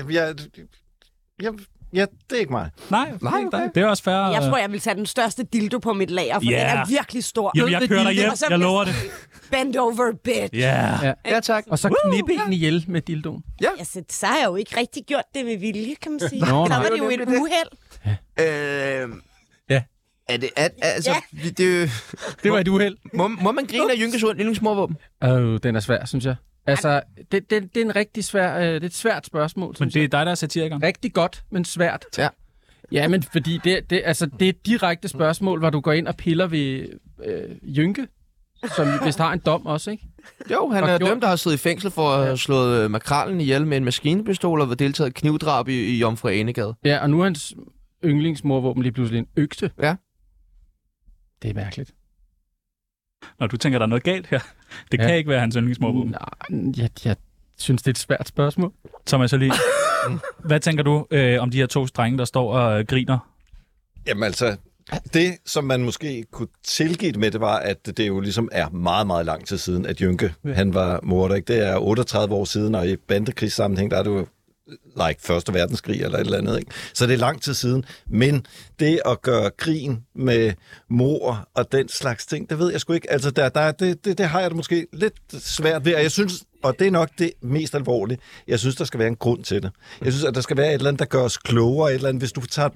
Ja, det er ikke mig. Nej, det er også fair. Jeg tror, jeg vil tage den største dildo på mit lager, for den er virkelig stor. Jamen, jeg kører dig hjem. Jeg lover det. Bend over, bitch. Ja, tak. Og så knippe en ihjel med dildoen. Ja. Altså, så har jeg jo ikke rigtig gjort det med vilje, kan man sige. Nå, så nej. var det jo et uheld. Ja. Er det, altså, Det var et uheld. Må man grine af Jynkes yndlingsmorvåben? Den er svær, synes jeg. Altså, det er en rigtig svær, det er et svært spørgsmål. Men det er dig, der er satiriker. Rigtig godt, men svært. Ja. Ja, men fordi det er et direkte spørgsmål, hvor du går ind og piller ved Jynke, som vist har en dom også, ikke? Jo, han er dømt, der har siddet i fængsel for at have slået makrallen ihjel med en maskinpistol og deltaget i knivdrab i Jomfru Anegade. Ja, og nu er hans yndlingsmorvåben lige pludselig en økse. Ja. Det er mærkeligt. Når du tænker, der er noget galt her. Det kan ikke være hans yndlingsmorvåben. Nej, jeg synes, det er et svært spørgsmål. Thomas lige. Hvad tænker du om de her 2 drenge, der står og griner? Jamen altså, det som man måske kunne tilgive det med, det var, at det jo ligesom er meget, meget lang tid siden, at Jynke, han var morder. Ikke? Det er 38 år siden, og i bandekrigssammenhæng, der er det jo Første Verdenskrig eller et eller andet. Ikke? Så det er lang tid siden. Men det at gøre grin med mor og den slags ting, det ved jeg sgu ikke. Altså, det har jeg det måske lidt svært ved. Og jeg synes, og det er nok det mest alvorlige, jeg synes, der skal være en grund til det. Jeg synes, at der skal være et eller andet, der gør os klogere. Et eller andet, hvis du tager et meget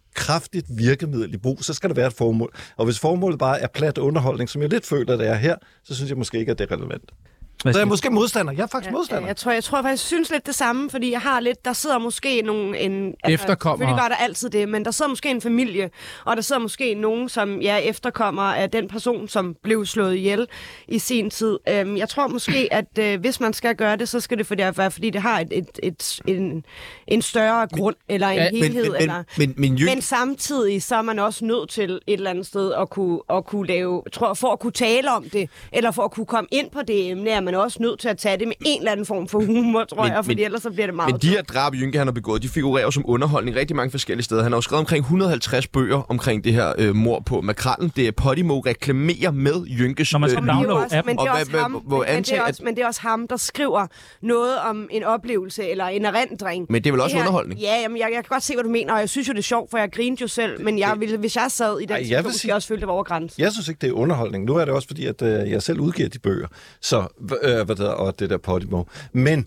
kraftigt virkemiddel i brug, så skal der være et formål. Og hvis formålet bare er plat underholdning, som jeg lidt føler, det er her, så synes jeg måske ikke, at det er relevant. Så jeg er måske modstander. Jeg er faktisk modstander. Jeg tror faktisk, synes lidt det samme, fordi jeg har lidt, der sidder måske efterkommer. Selvfølgelig gør der altid det, men der sidder måske en familie, og der sidder måske nogen, som efterkommer af den person, som blev slået ihjel i sin tid. Jeg tror måske, at hvis man skal gøre det, så skal det være, fordi det har en større grund, eller en helhed. Men samtidig, så er man også nødt til et eller andet sted at kunne lave, for at kunne tale om det, eller for at kunne komme ind på det emne, er man også nødt til at tage det med en eller anden form for humor, tror jeg, fordi ellers så bliver det meget. Men de her drab, Jynke han har begået, de figurerer som underholdning rigtig mange forskellige steder. Han har jo skrevet omkring 150 bøger omkring det her mord på Makrellen. Det er Podimo reklamerer med Jynkes... Når man skal downloade appen. Men det er også ham, der skriver noget om en oplevelse eller en erindring. Men det er vel også underholdning? Ja, jamen, jeg kan godt se, hvad du mener, og jeg synes jo, det er sjovt, for jeg grinede jo selv, men hvis jeg sad i den situation, skulle jeg også føle, det var over grænsen. Jeg synes ikke, det er underholdning. Nu er det også fordi, at jeg selv udgiver de bøger. Så og det der Podimo. Men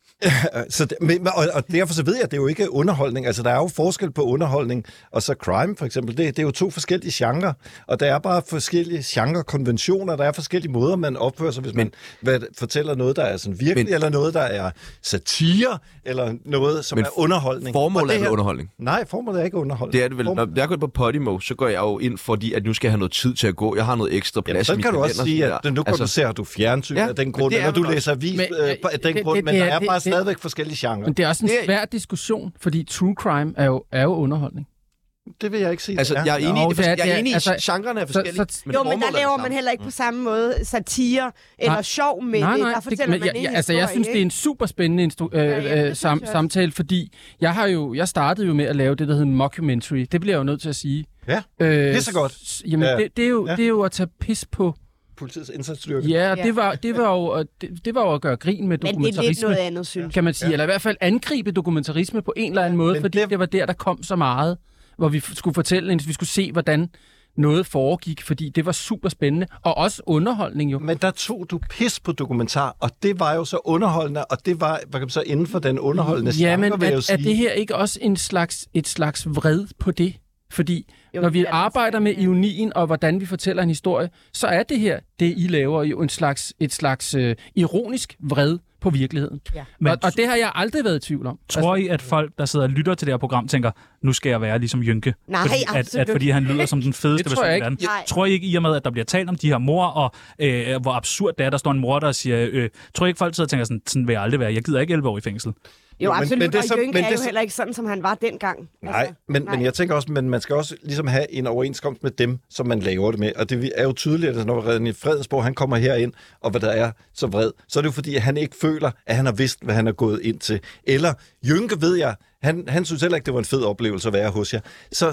og derfor så ved jeg, at det er jo ikke underholdning. Altså, der er jo forskel på underholdning og så crime, for eksempel. Det er jo to forskellige genrer, og der er bare forskellige genre-konventioner. Der er forskellige måder, man opfører sig, hvis man fortæller noget, der er sådan virkelig, eller noget, der er satire, eller noget, som er underholdning. Formålet er underholdning? Nej, formålet er ikke underholdning. Det er det vel. Når jeg går på Podimo, så går jeg jo ind, fordi at nu skal jeg have noget tid til at gå. Jeg har noget ekstra plads. Så kan du også sige, at nu går du ser, at du fjernsyn af den grund, eller du læser avis af den grund, men der er bare stadigvæk forskellige genrer. Men det er også en svær diskussion, fordi true crime er jo underholdning. Det vil jeg ikke sige. Altså, jeg er enig i, at genrerne er forskellige. Men der laver man heller ikke på samme måde satire eller sjov med det. Der fortæller man ikke historie. Jeg synes, det er en super spændende samtale, fordi jeg startede jo med at lave det, der hedder mockumentary. Det bliver jeg jo nødt til at sige. Ja, det er så godt. Jamen, det er jo at tage pis på politiets indsatsstyrke. Ja, det var jo at gøre grin med dokumentarisme. Men det er lidt noget andet, synes kan man sige. Eller i hvert fald angribe dokumentarisme på en eller anden måde, fordi det var der kom så meget, hvor vi skulle fortælle, vi skulle se, hvordan noget foregik, fordi det var super spændende, og også underholdning jo. Men der tog du pis på dokumentar, og det var jo så underholdende, og det var, hvad kan man så inden for den underholdende genre, men vil jeg jo sige. Er det her ikke også et slags vred på det? Fordi når vi arbejder med ironien og hvordan vi fortæller en historie, så er det her, det I laver, jo et slags ironisk vred på virkeligheden. Ja. Og det har jeg aldrig været i tvivl om. Tror I, at folk, der sidder og lytter til det her program, tænker, nu skal jeg være ligesom Jynke? Nej, fordi han lyder som den fedeste person i verden. Tror I ikke, i og med, at der bliver talt om de her mor, og hvor absurd det er, der står en mor, der siger, tror I ikke, folk sidder og tænker, sådan vil jeg aldrig være. Jeg gider ikke 11 år i fængsel. Jo, absolut, og Jynke er jo heller ikke sådan, som han var dengang. Nej, men jeg tænker også, men man skal også ligesom have en overenskomst med dem, som man laver det med. Og det er jo tydeligt, at når René Fredensborg, han kommer herind, og hvad der er så vred, så er det jo fordi, at han ikke føler, at han har vidst, hvad han er gået ind til. Eller Jynke, ved jeg, han synes heller ikke, det var en fed oplevelse at være hos jer.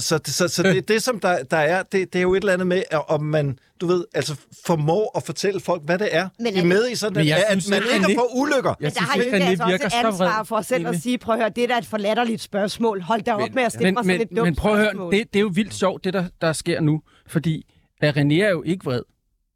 Så det som der er, det er jo et eller andet med, om man, du ved, altså formår at fortælle folk, hvad det er. De er med i sådan, at man ikke får ulykker. Men der har Jynke altså også et ansvar for selv at sige, prøv at høre, det er da et for latterligt spørgsmål. Hold da op med at stille mig sådan et dumt men prøv at høre, det er jo vildt sjovt, det der sker nu. Fordi René er jo ikke vred.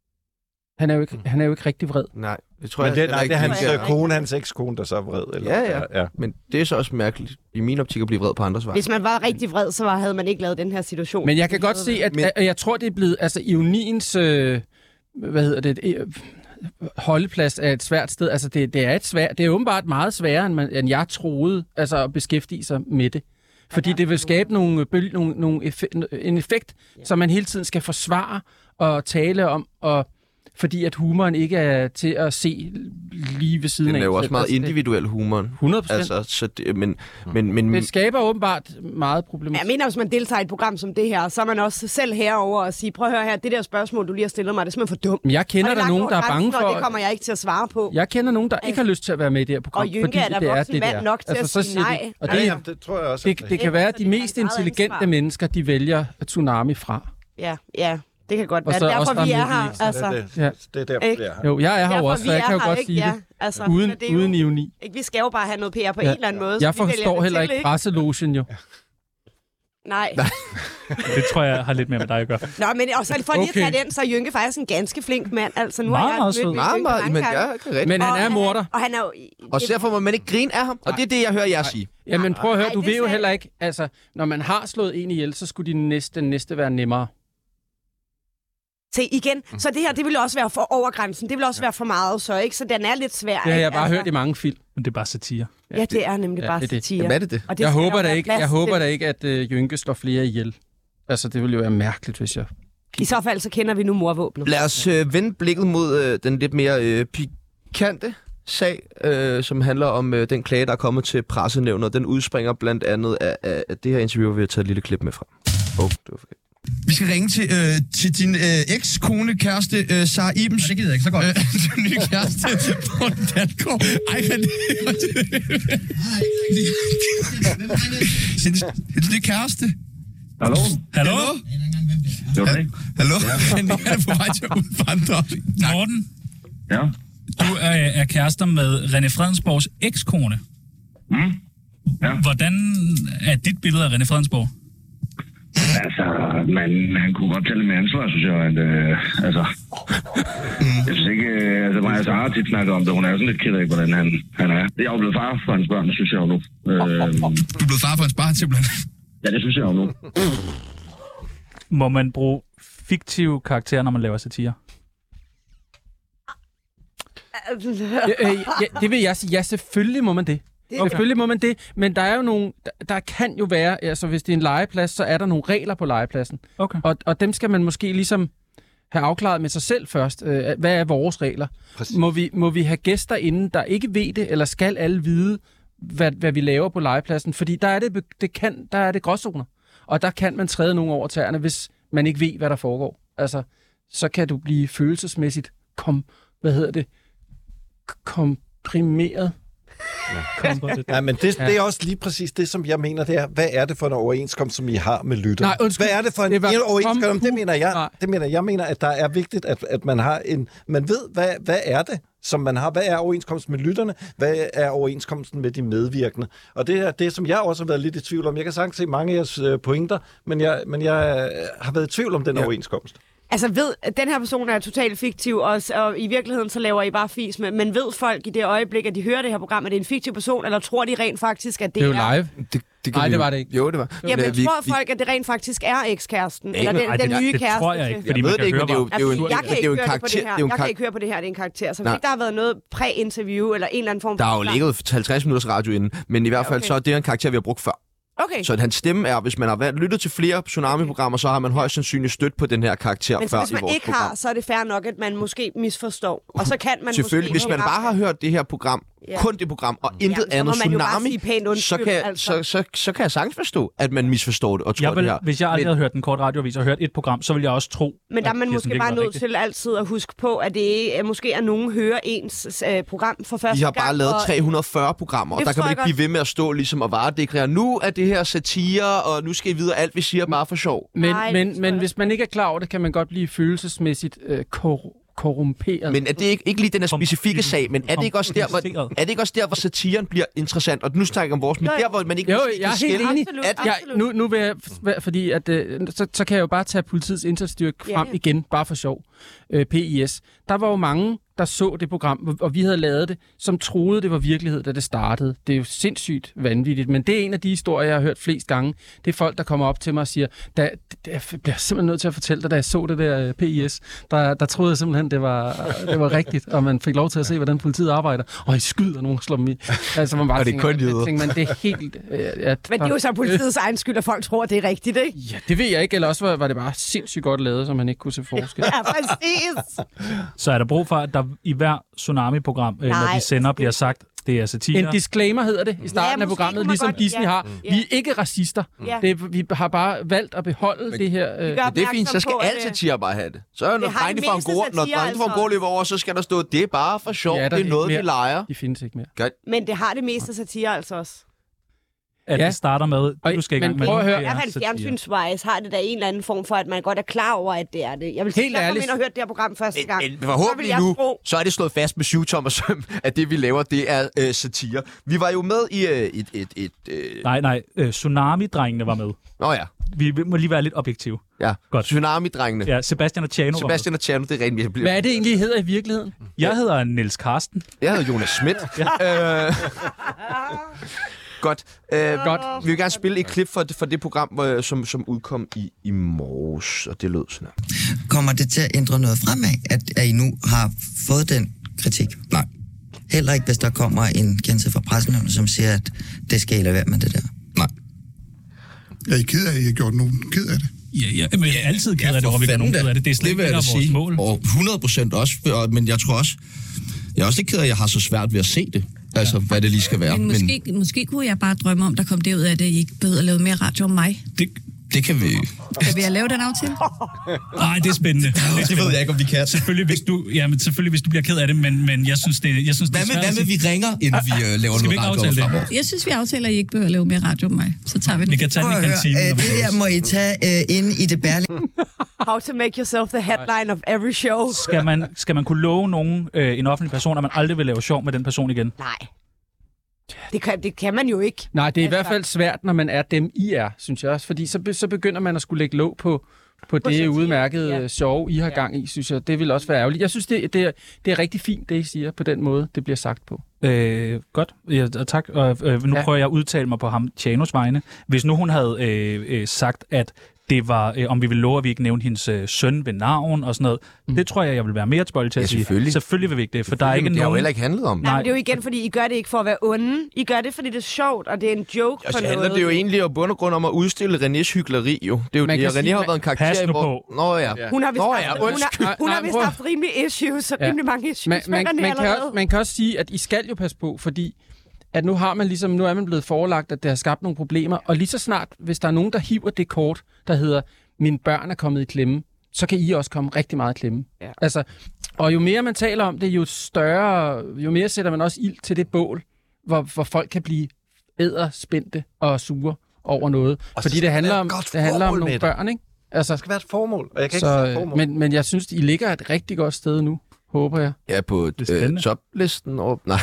Han er jo ikke rigtig vred. Nej, det tror jeg. Men det er hans kone, hans ekskone, der så er vred. Eller? Ja. Men det er så også mærkeligt i min optik at blive vred på andres vej. Hvis man var rigtig vred, så havde man ikke lavet den her situation. Men jeg kan godt se, at jeg tror, det er blevet... Altså, ironiens... holdeplads er et svært sted. Altså, det er åbenbart meget sværere, end jeg troede, altså at beskæftige sig med det. Fordi det vil skabe en effekt, som man hele tiden skal forsvare og tale om, og fordi at humoren ikke er til at se lige ved siden af. Den er jo også meget individuel, humoren. 100%. Altså, så men det skaber åbenbart meget problematik. Jeg mener, hvis man deltager i et program som det her, så er man også selv herover og sige, prøv at høre her, det der spørgsmål, du lige har stillet mig, det er simpelthen for dumt. Jeg kender der nogen, der er bange for... Det kommer jeg ikke til at svare på. Jeg kender nogen, der ikke har lyst til at være med i det her program. Og Jynke er der voksen mand nok til at sige nej. Og det tror jeg også. Det kan være, at de mest intelligente mennesker, de vælger Tsunami fra. Ja. Det kan godt være. Det er derfor, vi er her. Altså. Det er derfor, vi er her. Jo, jeg er her også, så jeg kan jo godt sige det. Altså, uden ironi. Vi skal jo bare have noget PR på en eller anden måde. Jeg forstår heller ikke presselogen jo. Nej. Det tror jeg har lidt mere med dig at gøre. Nå, men også for lige at tage den, så er Jynke faktisk en ganske flink mand. Altså, nu har jeg mødt Jynke men jeg er rigtigt. Men han er morder. Og han er jo... Og derfor må man ikke grine af ham, og det er det, jeg hører jer sige. Jamen prøv at høre, du ved jo heller ikke, altså, når man har slået en ihjel, så skulle den næste være nemmere. Se, igen, så det her, det ville også være for over grænsen. Det ville også være for meget, så ikke? Så den er lidt svær. Det har jeg bare hørt i mange film. Men det er bare satire. Ja, det er nemlig bare satire. Jamen, er det? Og det jeg håber da ikke, at Jynke slår flere ihjel. Altså, det ville jo være mærkeligt, hvis jeg... I så fald, så kender vi nu morvåbnet. Lad os vende blikket mod den lidt mere pikante sag, som handler om den klage, der er kommet til pressenævnet. Den udspringer blandt andet af det her interview, vi har taget et lille klip med fra. Det var forkert. Vi skal ringe til din eks-kone, kæreste, Sara Ibens. Det gider jeg ikke så godt. Nye kæreste, Morten Dalgaard. Ej, hvad det er det kæreste. Hallo? Hallo? Hallo? Han er på vej til at udvandre. Morten? Ja? Du er kærester med René Fredensborgs ekskone. Ja. Hvordan er dit billede af René Fredensborg? Altså, han kunne godt tælle med ansvar, synes jeg. Jeg synes ikke, mig og Sara har tit snakket om det. Hun er jo sådan lidt ked af, hvordan han er. Jeg er jo blevet far for hans børn, synes jeg jo nu. Du er blevet far for hans barn, simpelthen? Ja, det synes jeg jo nu. Må man bruge fiktive karakterer, når man laver satire? Det vil jeg sige. Ja, selvfølgelig må man det. Selvfølgelig må man det, men der er jo nogle, der kan jo være, altså hvis det er en legeplads, så er der nogle regler på legepladsen. Okay. Og dem skal man måske ligesom have afklaret med sig selv først. Hvad er vores regler? Må vi have gæster inden, der ikke ved det, eller skal alle vide, hvad vi laver på legepladsen? Fordi der er det gråzoner, og der kan man træde nogen over tæerne, hvis man ikke ved, hvad der foregår. Altså, så kan du blive følelsesmæssigt komprimeret. Ja, men det er også lige præcis det, som jeg mener, det er, hvad er det for en overenskomst, som I har med lytter? Nej, undskyld. Hvad er det for en overenskomst? Jeg mener, at der er vigtigt, at man har man ved, hvad er det, som man har? Hvad er overenskomsten med lytterne? Hvad er overenskomsten med de medvirkende? Og det er det, som jeg også har været lidt i tvivl om. Jeg kan sagtens se mange af jeres pointer, men jeg har været i tvivl om den overenskomst. Altså den her person er totalt fiktiv, og i virkeligheden så laver I bare fis med, men ved folk i det øjeblik, at de hører det her program, at det er en fiktiv person, eller tror de rent faktisk, at det er... Det er jo live. Nej, det var det ikke. Jo, det var. Jamen, tror folk, at det rent faktisk er ekskæresten, eller den nye kæreste? Det tror jeg ikke, fordi man kan høre bare... Jeg kan ikke høre på det her, det er en karakter. Så hvis der har været noget præ-interview, eller en eller anden form for... Der har jo ligget 50 minutters radio inden, men i hvert fald så er det en karakter, vi har brugt før. Okay. Så hans stemme er, hvis man har lyttet til flere Tsunami-programmer, så har man højst sandsynligt stødt på den her karakter men før i vores program. Men hvis man ikke har, så er det fair nok, at man måske misforstår. Og så kan man selvfølgelig, hvis man bare har hørt det her program, kun det program, og intet andet Tsunami, så kan jeg sagtens forstå, at man misforstår det og tror det her. Hvis jeg aldrig havde hørt en kort radioavis og hørt et program, så ville jeg også tro, men der er man måske bare nødt til altid at huske på, at det måske er nogen hører ens program for første gang. Vi har bare lavet 340 programmer, og der kan man ikke blive ved med at stå ligesom og varedeklare. Nu er det her satire, og nu skal I vide, alt vi siger bare for sjov. Men hvis man ikke er klar over det, kan man godt blive følelsesmæssigt korrumperet. Men er det ikke lige den her specifikke sag, men er det ikke også der, hvor satiren bliver interessant? Og nu snakker jeg om vores, men der, hvor man ikke... Jo, jeg er helt enig. Nu vil jeg... Fordi at, så kan jeg jo bare tage politiets indsatsstyrke frem igen, bare for sjov. PIS. Der var jo mange, der så det program, og vi havde lavet det, som troede, det var virkelighed, da det startede. Det er jo sindssygt vanvittigt, men det er en af de historier, jeg har hørt flest gange. Det er folk, der kommer op til mig og siger, jeg bliver simpelthen nødt til at fortælle dig, da jeg så det der PIS, der troede jeg simpelthen, det var rigtigt, og man fik lov til at se, hvordan politiet arbejder, og I skyder nogen, slår dem i. Altså, man bare tænker, det er helt... men det er jo så politiets egen skyld, at folk tror, at det er rigtigt, ikke? Ja, det ved jeg ikke, eller også var det bare sindssygt godt lavet, så man ikke kunne se forskel. Ja, præcis. Så er der brug for, at der i hver Tsunami-program, når de sender, bliver sagt, det er satire. En disclaimer hedder det i starten af programmet, ligesom Disney har. Vi er ikke racister. Vi har bare valgt at beholde det her. Det er fint, så skal alle satire bare have det. Så er når drengene får en gård løber over, så skal der stå, det er bare for sjov, det er noget, vi leger. De findes ikke mere. Godt. Men det har det meste satire altså også. at det starter med, du skal i gang med... Men i hvert fald fjernsynsvejs har det da en eller anden form for, at man godt er klar over, at det er det. Jeg vil sige, jeg kom ind og hørte det her program første gang. Forhåbentlig nu, så er det slået fast med 7 tommer søm, at det vi laver, det er satire. Vi var jo med i Nej, Tsunami-drengene var med. Nå ja. Vi må lige være lidt objektive. Ja, godt. Tsunami-drengene. Ja, Sebastian og Tjano. Det er rent. Hvad er det egentlig, I hedder i virkeligheden? Jeg hedder Niels Karsten. Jeg hedder Jonas Schmidt. Godt. Vi vil gerne spille et klip for det program, som udkom i morges, og det lød sådan her. Kommer det til at ændre noget fremad, at I nu har fået den kritik? Nej. Heller ikke, hvis der kommer en kendelse fra Pressenævnet, som siger, at det skal I lade være med det der? Nej. Er I ked af, at I har gjort nogen ked af det? Ja, men jeg er altid ked af det, hvor vi gør nogen ked af det. Det er slet ikke vores mål. Og 100% også, men jeg tror også, jeg er også lidt ked af, at jeg har så svært ved at se det. Altså, hvad det lige skal være. Men måske kunne jeg bare drømme om, der kom det ud af, at I ikke behøver at lave mere radio om mig. Det kan vi... Kan vi lave den aftale? Nej, det er spændende. Det ved jeg ikke, om vi kan. Selvfølgelig, hvis du bliver ked af det, men jeg synes, det er svært. Hvad med vi ringer, inden vi laver noget radio fremover? Jeg synes, vi aftaler, at I ikke behøver at lave mere radio om mig. Så tager vi det. Vi kan tage den i kantinen. Det her må I tage ind i det Berling. How to make yourself the headline of every show. Skal man kunne love nogen, en offentlig person, at man aldrig vil lave sjov med den person igen? Nej. Det kan man jo ikke. Nej, det er i hvert fald svært, når man er dem, I er, synes jeg også. Fordi så begynder man at skulle lægge låg på det udmærkede sjove, I har gang i, synes jeg. Det vil også være ærgerligt. Jeg synes, det er rigtig fint, det I siger, på den måde, det bliver sagt på. Godt, ja, tak. Nu prøver jeg at udtale mig på ham, Tjanos vegne. Hvis nu hun havde sagt, at det var, om vi vil love, at vi ikke nævne hendes søn ved navn og sådan noget. Det tror jeg vil være mere tilbøjelig til at sige. Selvfølgelig vil vi ikke det, for der er ikke nogen... Det har jo heller ikke handlet om. Nej, det er jo igen, fordi I gør det ikke for at være onde. I gør det, fordi det er sjovt, og det er en joke for noget. handler det jo egentlig i bund og grund om at udstille Renés hykleri, jo. Det er jo det, René har været en karakter i, hvor... Nå ja. Hun har vist haft rimelig issues, så rimelig mange issues. Man kan også sige, at I skal jo passe på, fordi at nu er man blevet forelagt, at det har skabt nogle problemer, og lige så snart, hvis der er nogen, der hiver det kort, der hedder, mine børn er kommet i klemme, så kan I også komme rigtig meget i klemme. Ja. Altså, og jo mere man taler om det, jo mere sætter man også ild til det bål, hvor folk kan blive æderspændte og sure over noget. Fordi det handler om nogle børn, ikke? Altså, det skal være et formål, og jeg kan ikke se et formål. Men jeg synes, I ligger et rigtig godt sted nu, håber jeg. Ja, på toplisten. Nej.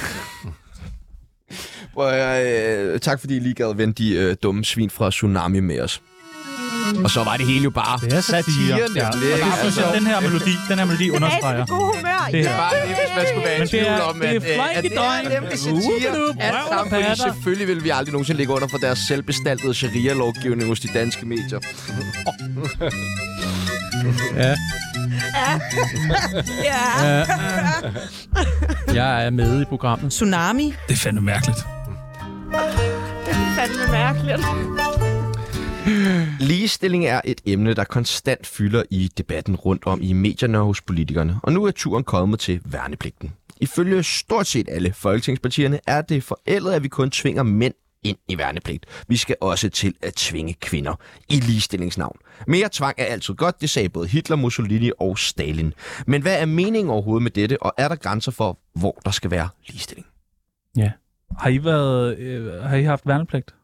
Tak fordi I lige gad vente de dumme svin fra Tsunami med os. Og så var det hele jo bare satire. Ja. Den her melodi understreger. Det er bare det, hvis man skulle være i tvivl om, at det er nemlig satire. Alt sammen, fordi selvfølgelig vil vi aldrig nogensinde ligge under for deres selvbestaltede sharia-lovgivning hos de danske medier. Ja. Jeg er med i programmet. Tsunami. Det er fandme mærkeligt. Ligestilling er et emne, der konstant fylder i debatten rundt om i medierne og hos politikerne. Og nu er turen kommet til værnepligten. Ifølge stort set alle folketingspartierne er det forældet, at vi kun tvinger mænd ind i værnepligt. Vi skal også til at tvinge kvinder i ligestillingsnavn. Mere tvang er altid godt, det sagde både Hitler, Mussolini og Stalin. Men hvad er meningen overhovedet med dette, og er der grænser for, hvor der skal være ligestilling? Ja. Har I haft værnepligt?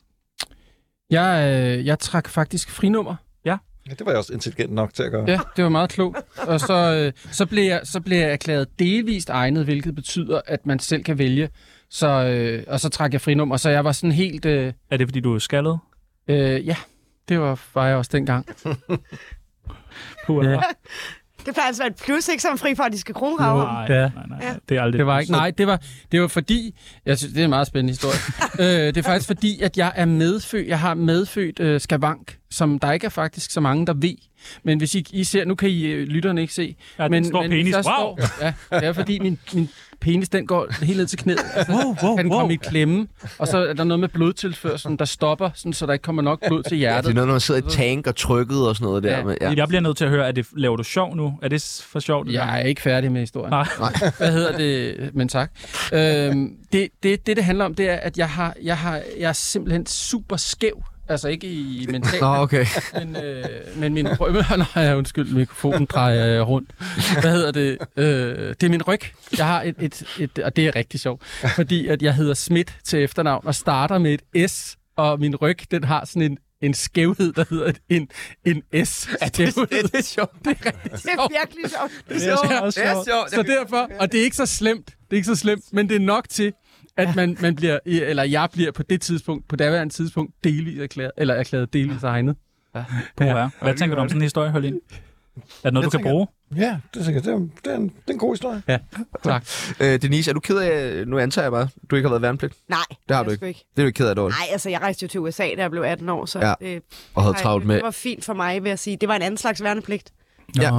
Jeg trak faktisk frinummer. Ja, det var jeg også intelligent nok til at gøre. Ja, det var meget klogt. Og så blev jeg erklæret delvist egnet, hvilket betyder, at man selv kan vælge. Og så trak jeg frinummer, så jeg var sådan helt... Er det, fordi du er skaldet? Ja, det var jeg også dengang. Ja. Det plejer altså at være et plus, ikke, som fri for, at de skal kronrave. Nej. Det er aldrig. Det var ikke. Nej, det var fordi... Jeg synes, det er en meget spændende historie. Det er faktisk fordi, at jeg er medfødt. Jeg har medfødt skavank, som der ikke er faktisk så mange, der ved. Men hvis I ser... Nu kan I lytterne ikke se. Ja, men står penis. Wow! Ja, det er fordi min penis, den går helt ned til knæet. Altså, kan komme i klemme. Og så er der noget med blodtilførselen, der stopper, sådan, så der ikke kommer nok blod til hjertet. Ja, det er noget, når man sidder i tank og trykket og sådan noget der. Ja. Men, ja. Jeg bliver nødt til at høre, laver du sjov nu? Er det for sjovt? Jeg er ikke færdig med historien. Nej. Hvad hedder det? Men tak. Det handler om, det er, at jeg er simpelthen super skæv. Altså ikke i mentalt. Okay. Men min undskyld, mikrofonen drejer rundt. Hvad hedder det? Det er min ryg. Jeg har og det er rigtig sjovt, fordi at jeg hedder Schmidt til efternavn og starter med et S og min ryg, den har sådan en skævhed, der hedder en S. Ja, det er sjovt. Det er rigtig sjovt. Det er virkelig sjovt. Det er sjovt. Så derfor, og det er ikke så slemt, men det er nok til, at man bliver, eller jeg bliver på det tidspunkt, på daværende tidspunkt, erklæret delvis egnet. Ja. Hvad tænker du om sådan en historie, Hørlin? Er det noget, du kan bruge? Ja, det tænker jeg. Det er en god historie. Ja, tak. Denise, er du ked af, nu antager jeg bare, du ikke har været værnepligt? Nej, det har du ikke. Det er du ikke ked af, dårligt? Nej, altså jeg rejste jo til USA, da jeg blev 18 år, så og havde travlt med. Det var fint for mig, vil jeg sige. Det var en anden slags værnepligt. Ja.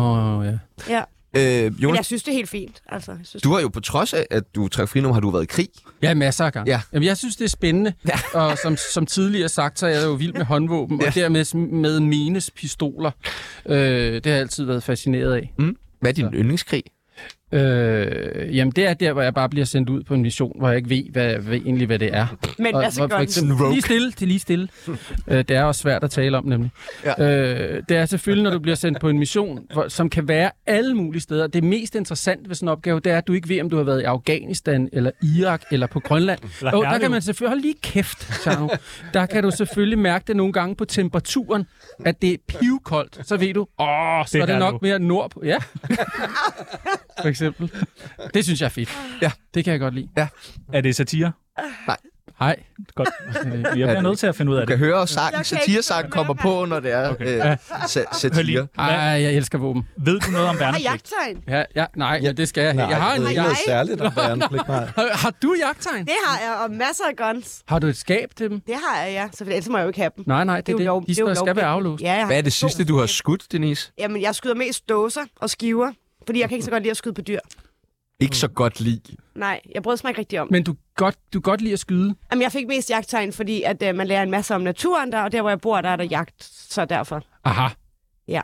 Men jeg synes, det er helt fint. Altså, du har jo på trods af, at du trækker frinummer, har du været i krig? Ja, masser af gange. Ja. Jamen, jeg synes, det er spændende. Ja. Og som tidligere sagt, så er jeg jo vild med håndvåben, og dermed med mines pistoler. Det har jeg altid været fascineret af. Hvad er din yndlingskrig? Jamen, det er der, hvor jeg bare bliver sendt ud på en mission, hvor jeg ikke ved hvad det er. Men hvad så godt? Lige stille. Det er også svært at tale om, nemlig. Ja. Det er selvfølgelig, når du bliver sendt på en mission, som kan være alle mulige steder. Det mest interessante ved sådan en opgave, det er, at du ikke ved, om du har været i Afghanistan, eller Irak, eller på Grønland. Der kan man selvfølgelig... Hold lige kæft, Tjerno. Der kan du selvfølgelig mærke det nogle gange på temperaturen, at det er pivkoldt. Så ved du, så er det nok mere nordpå. Ja. For eksempel. Det synes jeg er fedt. Ja. Det kan jeg godt lide. Ja. Er det satire? Nej. Godt. Vi er nødt til at finde ud af det. Du kan høre, at satiresangen kommer på, når det er satire. Jeg elsker våben. Ved du noget om værnepligt? Har jagttegn? Nej, det skal jeg. Nej, jeg har det er ikke noget særligt om værnepligt. Har du jagttegn? Det har jeg, og masser af guns. Har du et skab til dem? Det har jeg, ja. Så ellers må jeg jo ikke have dem. Nej, det er det. De skal være aflåst. Ja, hvad er det sidste, du har skudt, Denise? Jamen, jeg skyder mest dåser og skiver, fordi jeg kan ikke så godt lide at skyde på dyr. Ikke så godt lide. Nej, jeg bryder mig ikke rigtig om. Men du godt lide at skyde? Jamen, jeg fik mest jagttegn, fordi at, man lærer en masse om naturen der, og der, hvor jeg bor, der er der jagt, så derfor. Aha. Ja.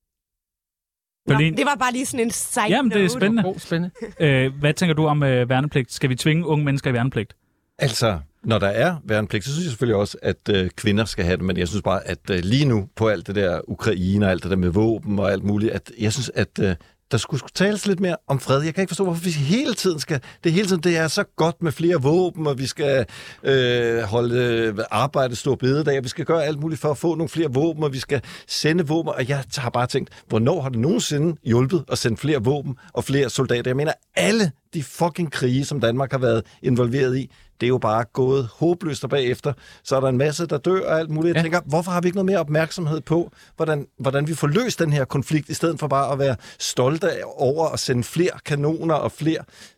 Nå, det var bare lige sådan en side note. Jamen, det er spændende. Hvad tænker du om værnepligt? Skal vi tvinge unge mennesker i værnepligt? Altså, når der er værnepligt, så synes jeg selvfølgelig også, at kvinder skal have det, men jeg synes bare, at lige nu på alt det der Ukraine og alt det der med våben og alt muligt, at jeg synes, at der skulle tales lidt mere om fred. Jeg kan ikke forstå, hvorfor vi hele tiden skal... Det er så godt med flere våben, og vi skal holde arbejde stor bededag, og vi skal gøre alt muligt for at få nogle flere våben, og vi skal sende våben. Og jeg har bare tænkt, hvornår har det nogensinde hjulpet at sende flere våben og flere soldater? Jeg mener, alle de fucking krige, som Danmark har været involveret i, det er jo bare gået håbløst, og bagefter så er der en masse, der dør og alt muligt. Jeg tænker, hvorfor har vi ikke noget mere opmærksomhed på, hvordan vi får løst den her konflikt, i stedet for bare at være stolte over at sende flere kanoner og flere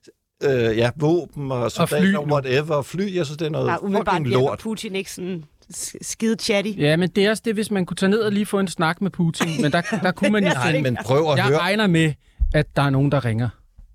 våben og soldater og whatever, og fly. Jeg synes, det er noget fucking lort. Putin ikke sådan skide chatty. Ja, men det er også det, hvis man kunne tage ned og lige få en snak med Putin. Men der kunne man ikke... Nej, men prøv at høre. Jeg regner med, at der er nogen, der ringer.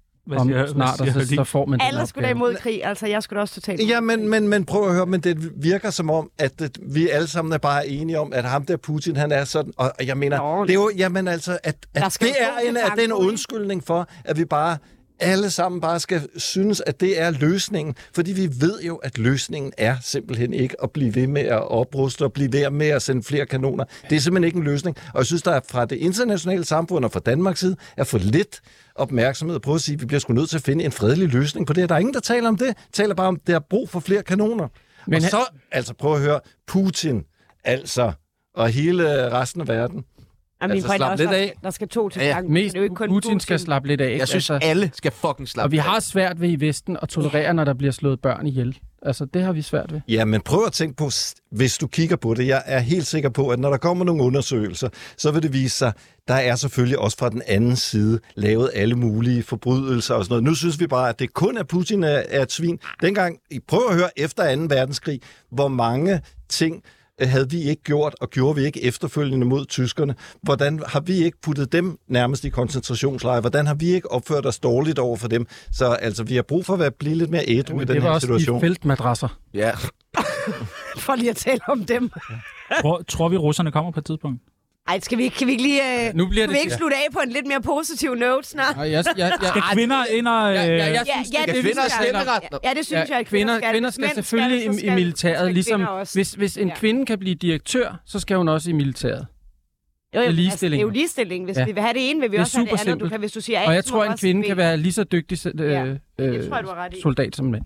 Så får man alle skulle da imod krig, altså jeg skulle da også totalt. Ja, men prøv at høre, men det virker som om, at vi alle sammen er bare enige om, at ham der Putin, han er sådan, og jeg mener, det er jo, jamen altså, at det er en undskyldning for, at vi bare alle sammen bare skal synes, at det er løsningen. Fordi vi ved jo, at løsningen er simpelthen ikke at blive ved med at opruste og blive ved med at sende flere kanoner. Det er simpelthen ikke en løsning. Og jeg synes, der er fra det internationale samfund og fra Danmarks side er for lidt opmærksomhed at prøve at sige, at vi bliver sgu nødt til at finde en fredelig løsning på det. Der er ingen, der taler om det. Taler bare om, at der er brug for flere kanoner. Men og så, altså prøv at høre, Putin, altså, og hele resten af verden. Jamen, slap lidt af. Der skal to til gang. Mest Putin skal slappe lidt af. Jeg synes, alle skal fucking slappe af. Og vi har svært ved i Vesten at tolerere, når der bliver slået børn ihjel. Altså, det har vi svært ved. Ja, men prøv at tænke på, hvis du kigger på det, jeg er helt sikker på, at når der kommer nogle undersøgelser, så vil det vise sig, der er selvfølgelig også fra den anden side lavet alle mulige forbrydelser og sådan noget. Nu synes vi bare, at det kun er Putin er et svin. Dengang, prøv at høre efter 2. verdenskrig, hvor mange ting havde vi ikke gjort, og gjorde vi ikke efterfølgende mod tyskerne? Hvordan har vi ikke puttet dem nærmest i koncentrationslejre? Hvordan har vi ikke opført os dårligt over for dem? Så altså, vi har brug for at blive lidt mere ædru i den her situation. Det var også de feltmadrasser. Ja. For lige at tale om dem. Tror vi, russerne kommer på et tidspunkt? Ej, kan vi ikke lige nu bliver det, ikke slutte af på en lidt mere positiv note snart? Skal kvinder ind og... Jeg synes, skal kvinder stemmeret? Ja, det synes jeg. Kvinder skal selvfølgelig i militæret. Ligesom, hvis en kvinde kan blive direktør, så skal hun også i militæret. Jo, altså, det er jo ligestilling. Hvis vi vil have det ene, vil vi også have det andet. Du kan, hvis du siger, og jeg tror, en kvinde kan være lige så dygtig soldat som mand.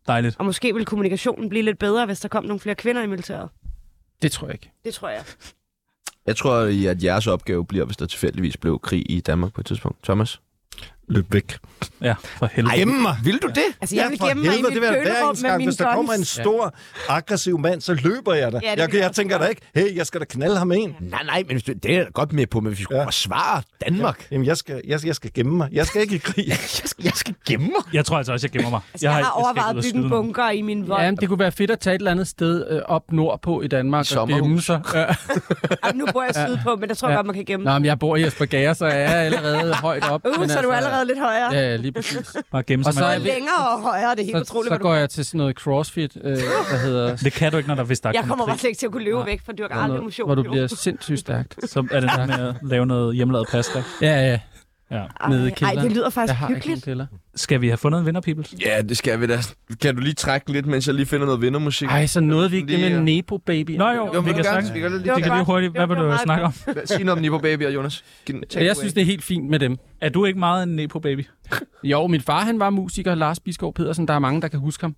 Dejligt. Og måske vil kommunikationen blive lidt bedre, hvis der kom nogle flere kvinder i militæret. Det tror jeg ikke. Det tror jeg. Jeg tror, at jeres opgave bliver, hvis der tilfældigvis blev krig i Danmark på et tidspunkt. Thomas? Løb væk. Ja, for helvede. Gemme mig. Vil du det? Altså, jeg vil gemme mig i mit kølerum med mine Hvis der kommer en stor, aggressiv mand, så løber jeg der. Ja, jeg tænker da ikke, hey, jeg skal da knalde ham ind. Nej, men det er jeg godt med på, men hvis vi skulle forsvare Danmark. Ja. Jamen, jeg skal gemme mig. Jeg skal ikke i krig. jeg skal gemme mig? Jeg tror altså også, jeg gemmer mig. Jeg har overvejet at bygge en bunker i min vold. Ja, det kunne være fedt at tage et eller andet sted op nordpå i Danmark og gemme sig. Jamen, nu bor jeg sydpå, men der tror jeg godt, man kan gemme. Nå, men jeg bor i Espergærde, så jeg er allerede højt op. Så er du allerede lidt højere. Ja, lige præcis. Bare gemme sig. Og så er længere og højere, det er helt utroligt. Så går jeg til sådan noget crossfit, der hedder... Det kan du ikke, når der hvis der jeg kommer bare slet ikke til at kunne løbe væk, for du har aldrig motion. Hvor du bliver sindssygt stærkt. Så er det noget med at lave noget hjemmelavet pasta. Ja. Nede i kælderen. Ej, det lyder faktisk hyggeligt. Skal vi have fundet en vinder, Peoples? Ja, det skal vi da. Kan du lige trække lidt, mens jeg lige finder noget vindermusik? Ej, så nåede vi ikke det med Nepo Baby. Nå jo, vi kan snakke. Vi kan lige hurtigt. Hvad vil du snakke om? Sig noget om Nepo Baby og Jonas. Jeg synes, det er helt fint med dem. Er du ikke meget en Nepo Baby? Jo, min far, han var musiker, Lars Bisgaard Pedersen. Der er mange, der kan huske ham.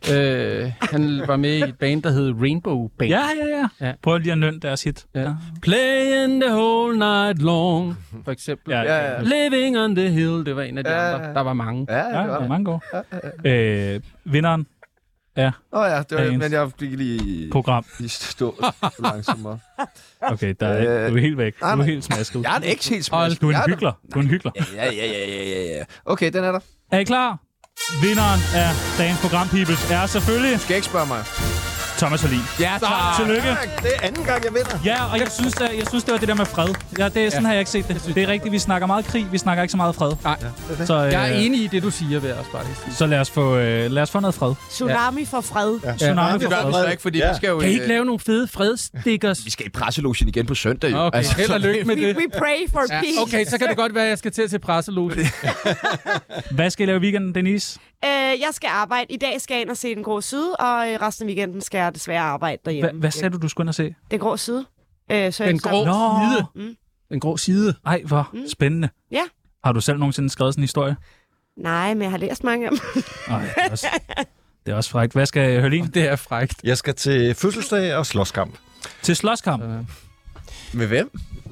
Han var med i et band, der hed Rainbow Band. Ja. Prøv lige at nynne deres hit. Ja. Playing the whole night long, for eksempel. Ja. Living on the hill, det var en af de andre. Der var mange. Ja, der var mange gode. Vinderen er... det var, men jeg fik lige... Program. Lige stå langsommere. Okay, du er helt væk. Du er helt smasket. Jeg er ikke helt smasket. Du er en hykler. Ja. Okay, den er der. Er I klar? Vinderen af dagens program, Peoples, er selvfølgelig... Du skal ikke spørge mig. Thomas Hallin. Ja, tak. Tillykke. Det er anden gang, jeg vinder. Ja, og jeg synes, det var det der med fred. Ja, sådan har jeg ikke set det. Det er rigtigt, vi snakker meget krig, vi snakker ikke så meget fred. Nej, så, jeg er enig i det, du siger, vil jeg også bare lige sige. Så lad os få noget fred. Tsunami for fred. Ja. Tsunami for fred. Ikke, fordi vi skal jo kan I ikke lave nogle fede fredstickers? Vi skal i presselogen igen på søndag, jo. Okay, held og lykke med det. We pray for peace. Okay, så kan det godt være, at jeg skal til presselogen. Hvad skal I lave i weekenden, Denise? Jeg skal arbejde. I dag skal jeg ind og se Den Grå Side, og resten af weekenden skal jeg desværre arbejde derhjemme. Hvad sagde du skulle ind og se? Den Grå Side. Den Grå Side? Den Grå Side? Ej, hvor spændende. Ja. Har du selv nogensinde skrevet sådan en historie? Nej, men jeg har læst mange af dem. Det er også frækt. Hvad skal Hallin? Det er frækt. Jeg skal til fødselsdag og slåskamp. Til slåskamp? Med hvem?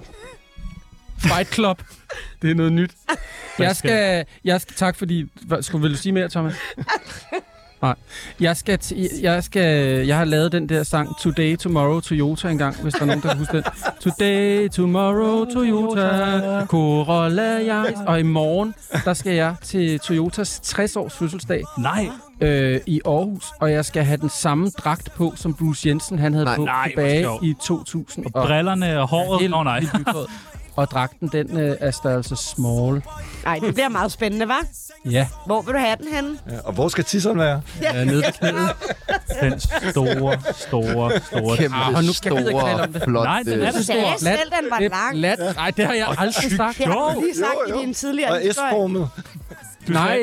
Fight Club. Det er noget nyt. Jeg skal tak fordi... Vil du sige mere, Thomas? Nej. Jeg har lavet den der sang Today, Tomorrow, Toyota engang, hvis der er nogen, der kan huske den. Today, Tomorrow, Toyota, Corolla, jeg. Og i morgen, der skal jeg til Toyotas 60-års fødselsdag. Nej. I Aarhus, og jeg skal have den samme dragt på, som Bruce Jensen han havde på tilbage i 2000. Og brillerne og håret. Nej. Og dragten, den er størrelse small. Nej, det bliver meget spændende, hva'? Ja. Hvor vil du have den henne? Ja, og hvor skal tisseren være? Nede ved knæet. Den store... Kæmpe, flot... Nej, den er du sagde selv, den var lang. Nej, det har jeg aldrig sagt. Det har du lige sagt i din tidligere og historie. S-formet. Nej,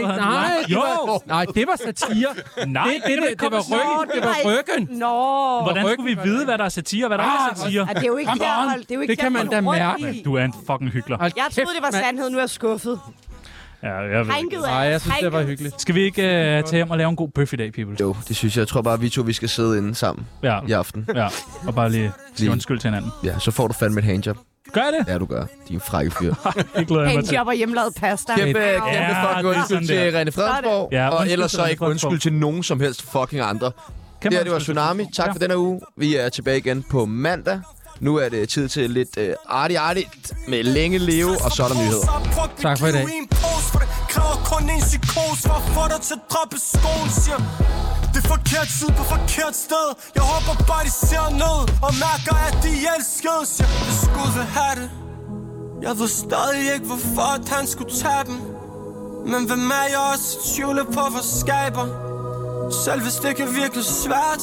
det var satire. Nej, det var ryggen. Det var ryggen. Nå. Hvordan skulle vi vide, hvad der er satire, hvad der er satire? Det er jo ikke der, det kan man da mærke. Du er en fucking hykler. Jeg troede, det var sandhed, nu er jeg skuffet. Ja, jeg ved ikke. Nej, jeg synes, det var hyggeligt. Skal vi ikke tage hjem og lave en god bøf i dag, people? Jo, det synes jeg. Jeg tror bare, vi to skal sidde inde sammen i aften. Ja, og bare lige sige undskyld til hinanden. Ja, så får du fandme et handjob. Gør det? Ja, du gør. Din frække fyr. Handjob og hjemmelavet pasta. Kæmpe fucking undskyld til René Fredensborg. Ja, og ellers så ikke undskyld til nogen som helst fucking andre. Det var Tsunami. Tak for denne uge. Vi er tilbage igen på mandag. Nu er det tid til lidt artigt med længe leve, og så er der nyheder. Tak for i dag. Kræver kun en psykose for at få dig til at droppe skolen, siger det er forkert tid på forkert sted. Jeg håber bare de ser ned og mærker at de elsker, siger hvis Gud vil have det. Jeg ved stadig ikke hvorfor at han skulle tage dem. Men hvem er jeg også i tvivl på hvad skaber. Selv hvis det kan virke svært,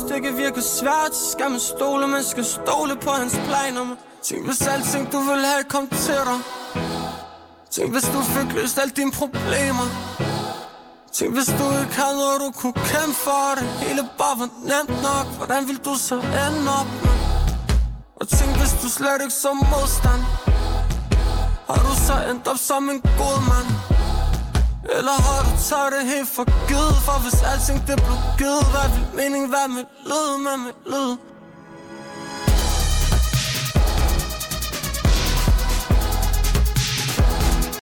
så skal man stole, man skal stole på hans planer. Tænk hvis alting du vil have kom til dig. Tænk hvis du fik løst alle dine problemer. Tænk hvis du ikke havde noget du kunne kæmpe for det. Hele bare var nemt nok, hvordan vil du så ende op? Og tænk hvis du slet ikke så modstand. Har du så endt op som en god mand? Eller har du taget det helt for givet? For hvis alting det blev givet, hvad vil mening være med lyd, med mit lyd?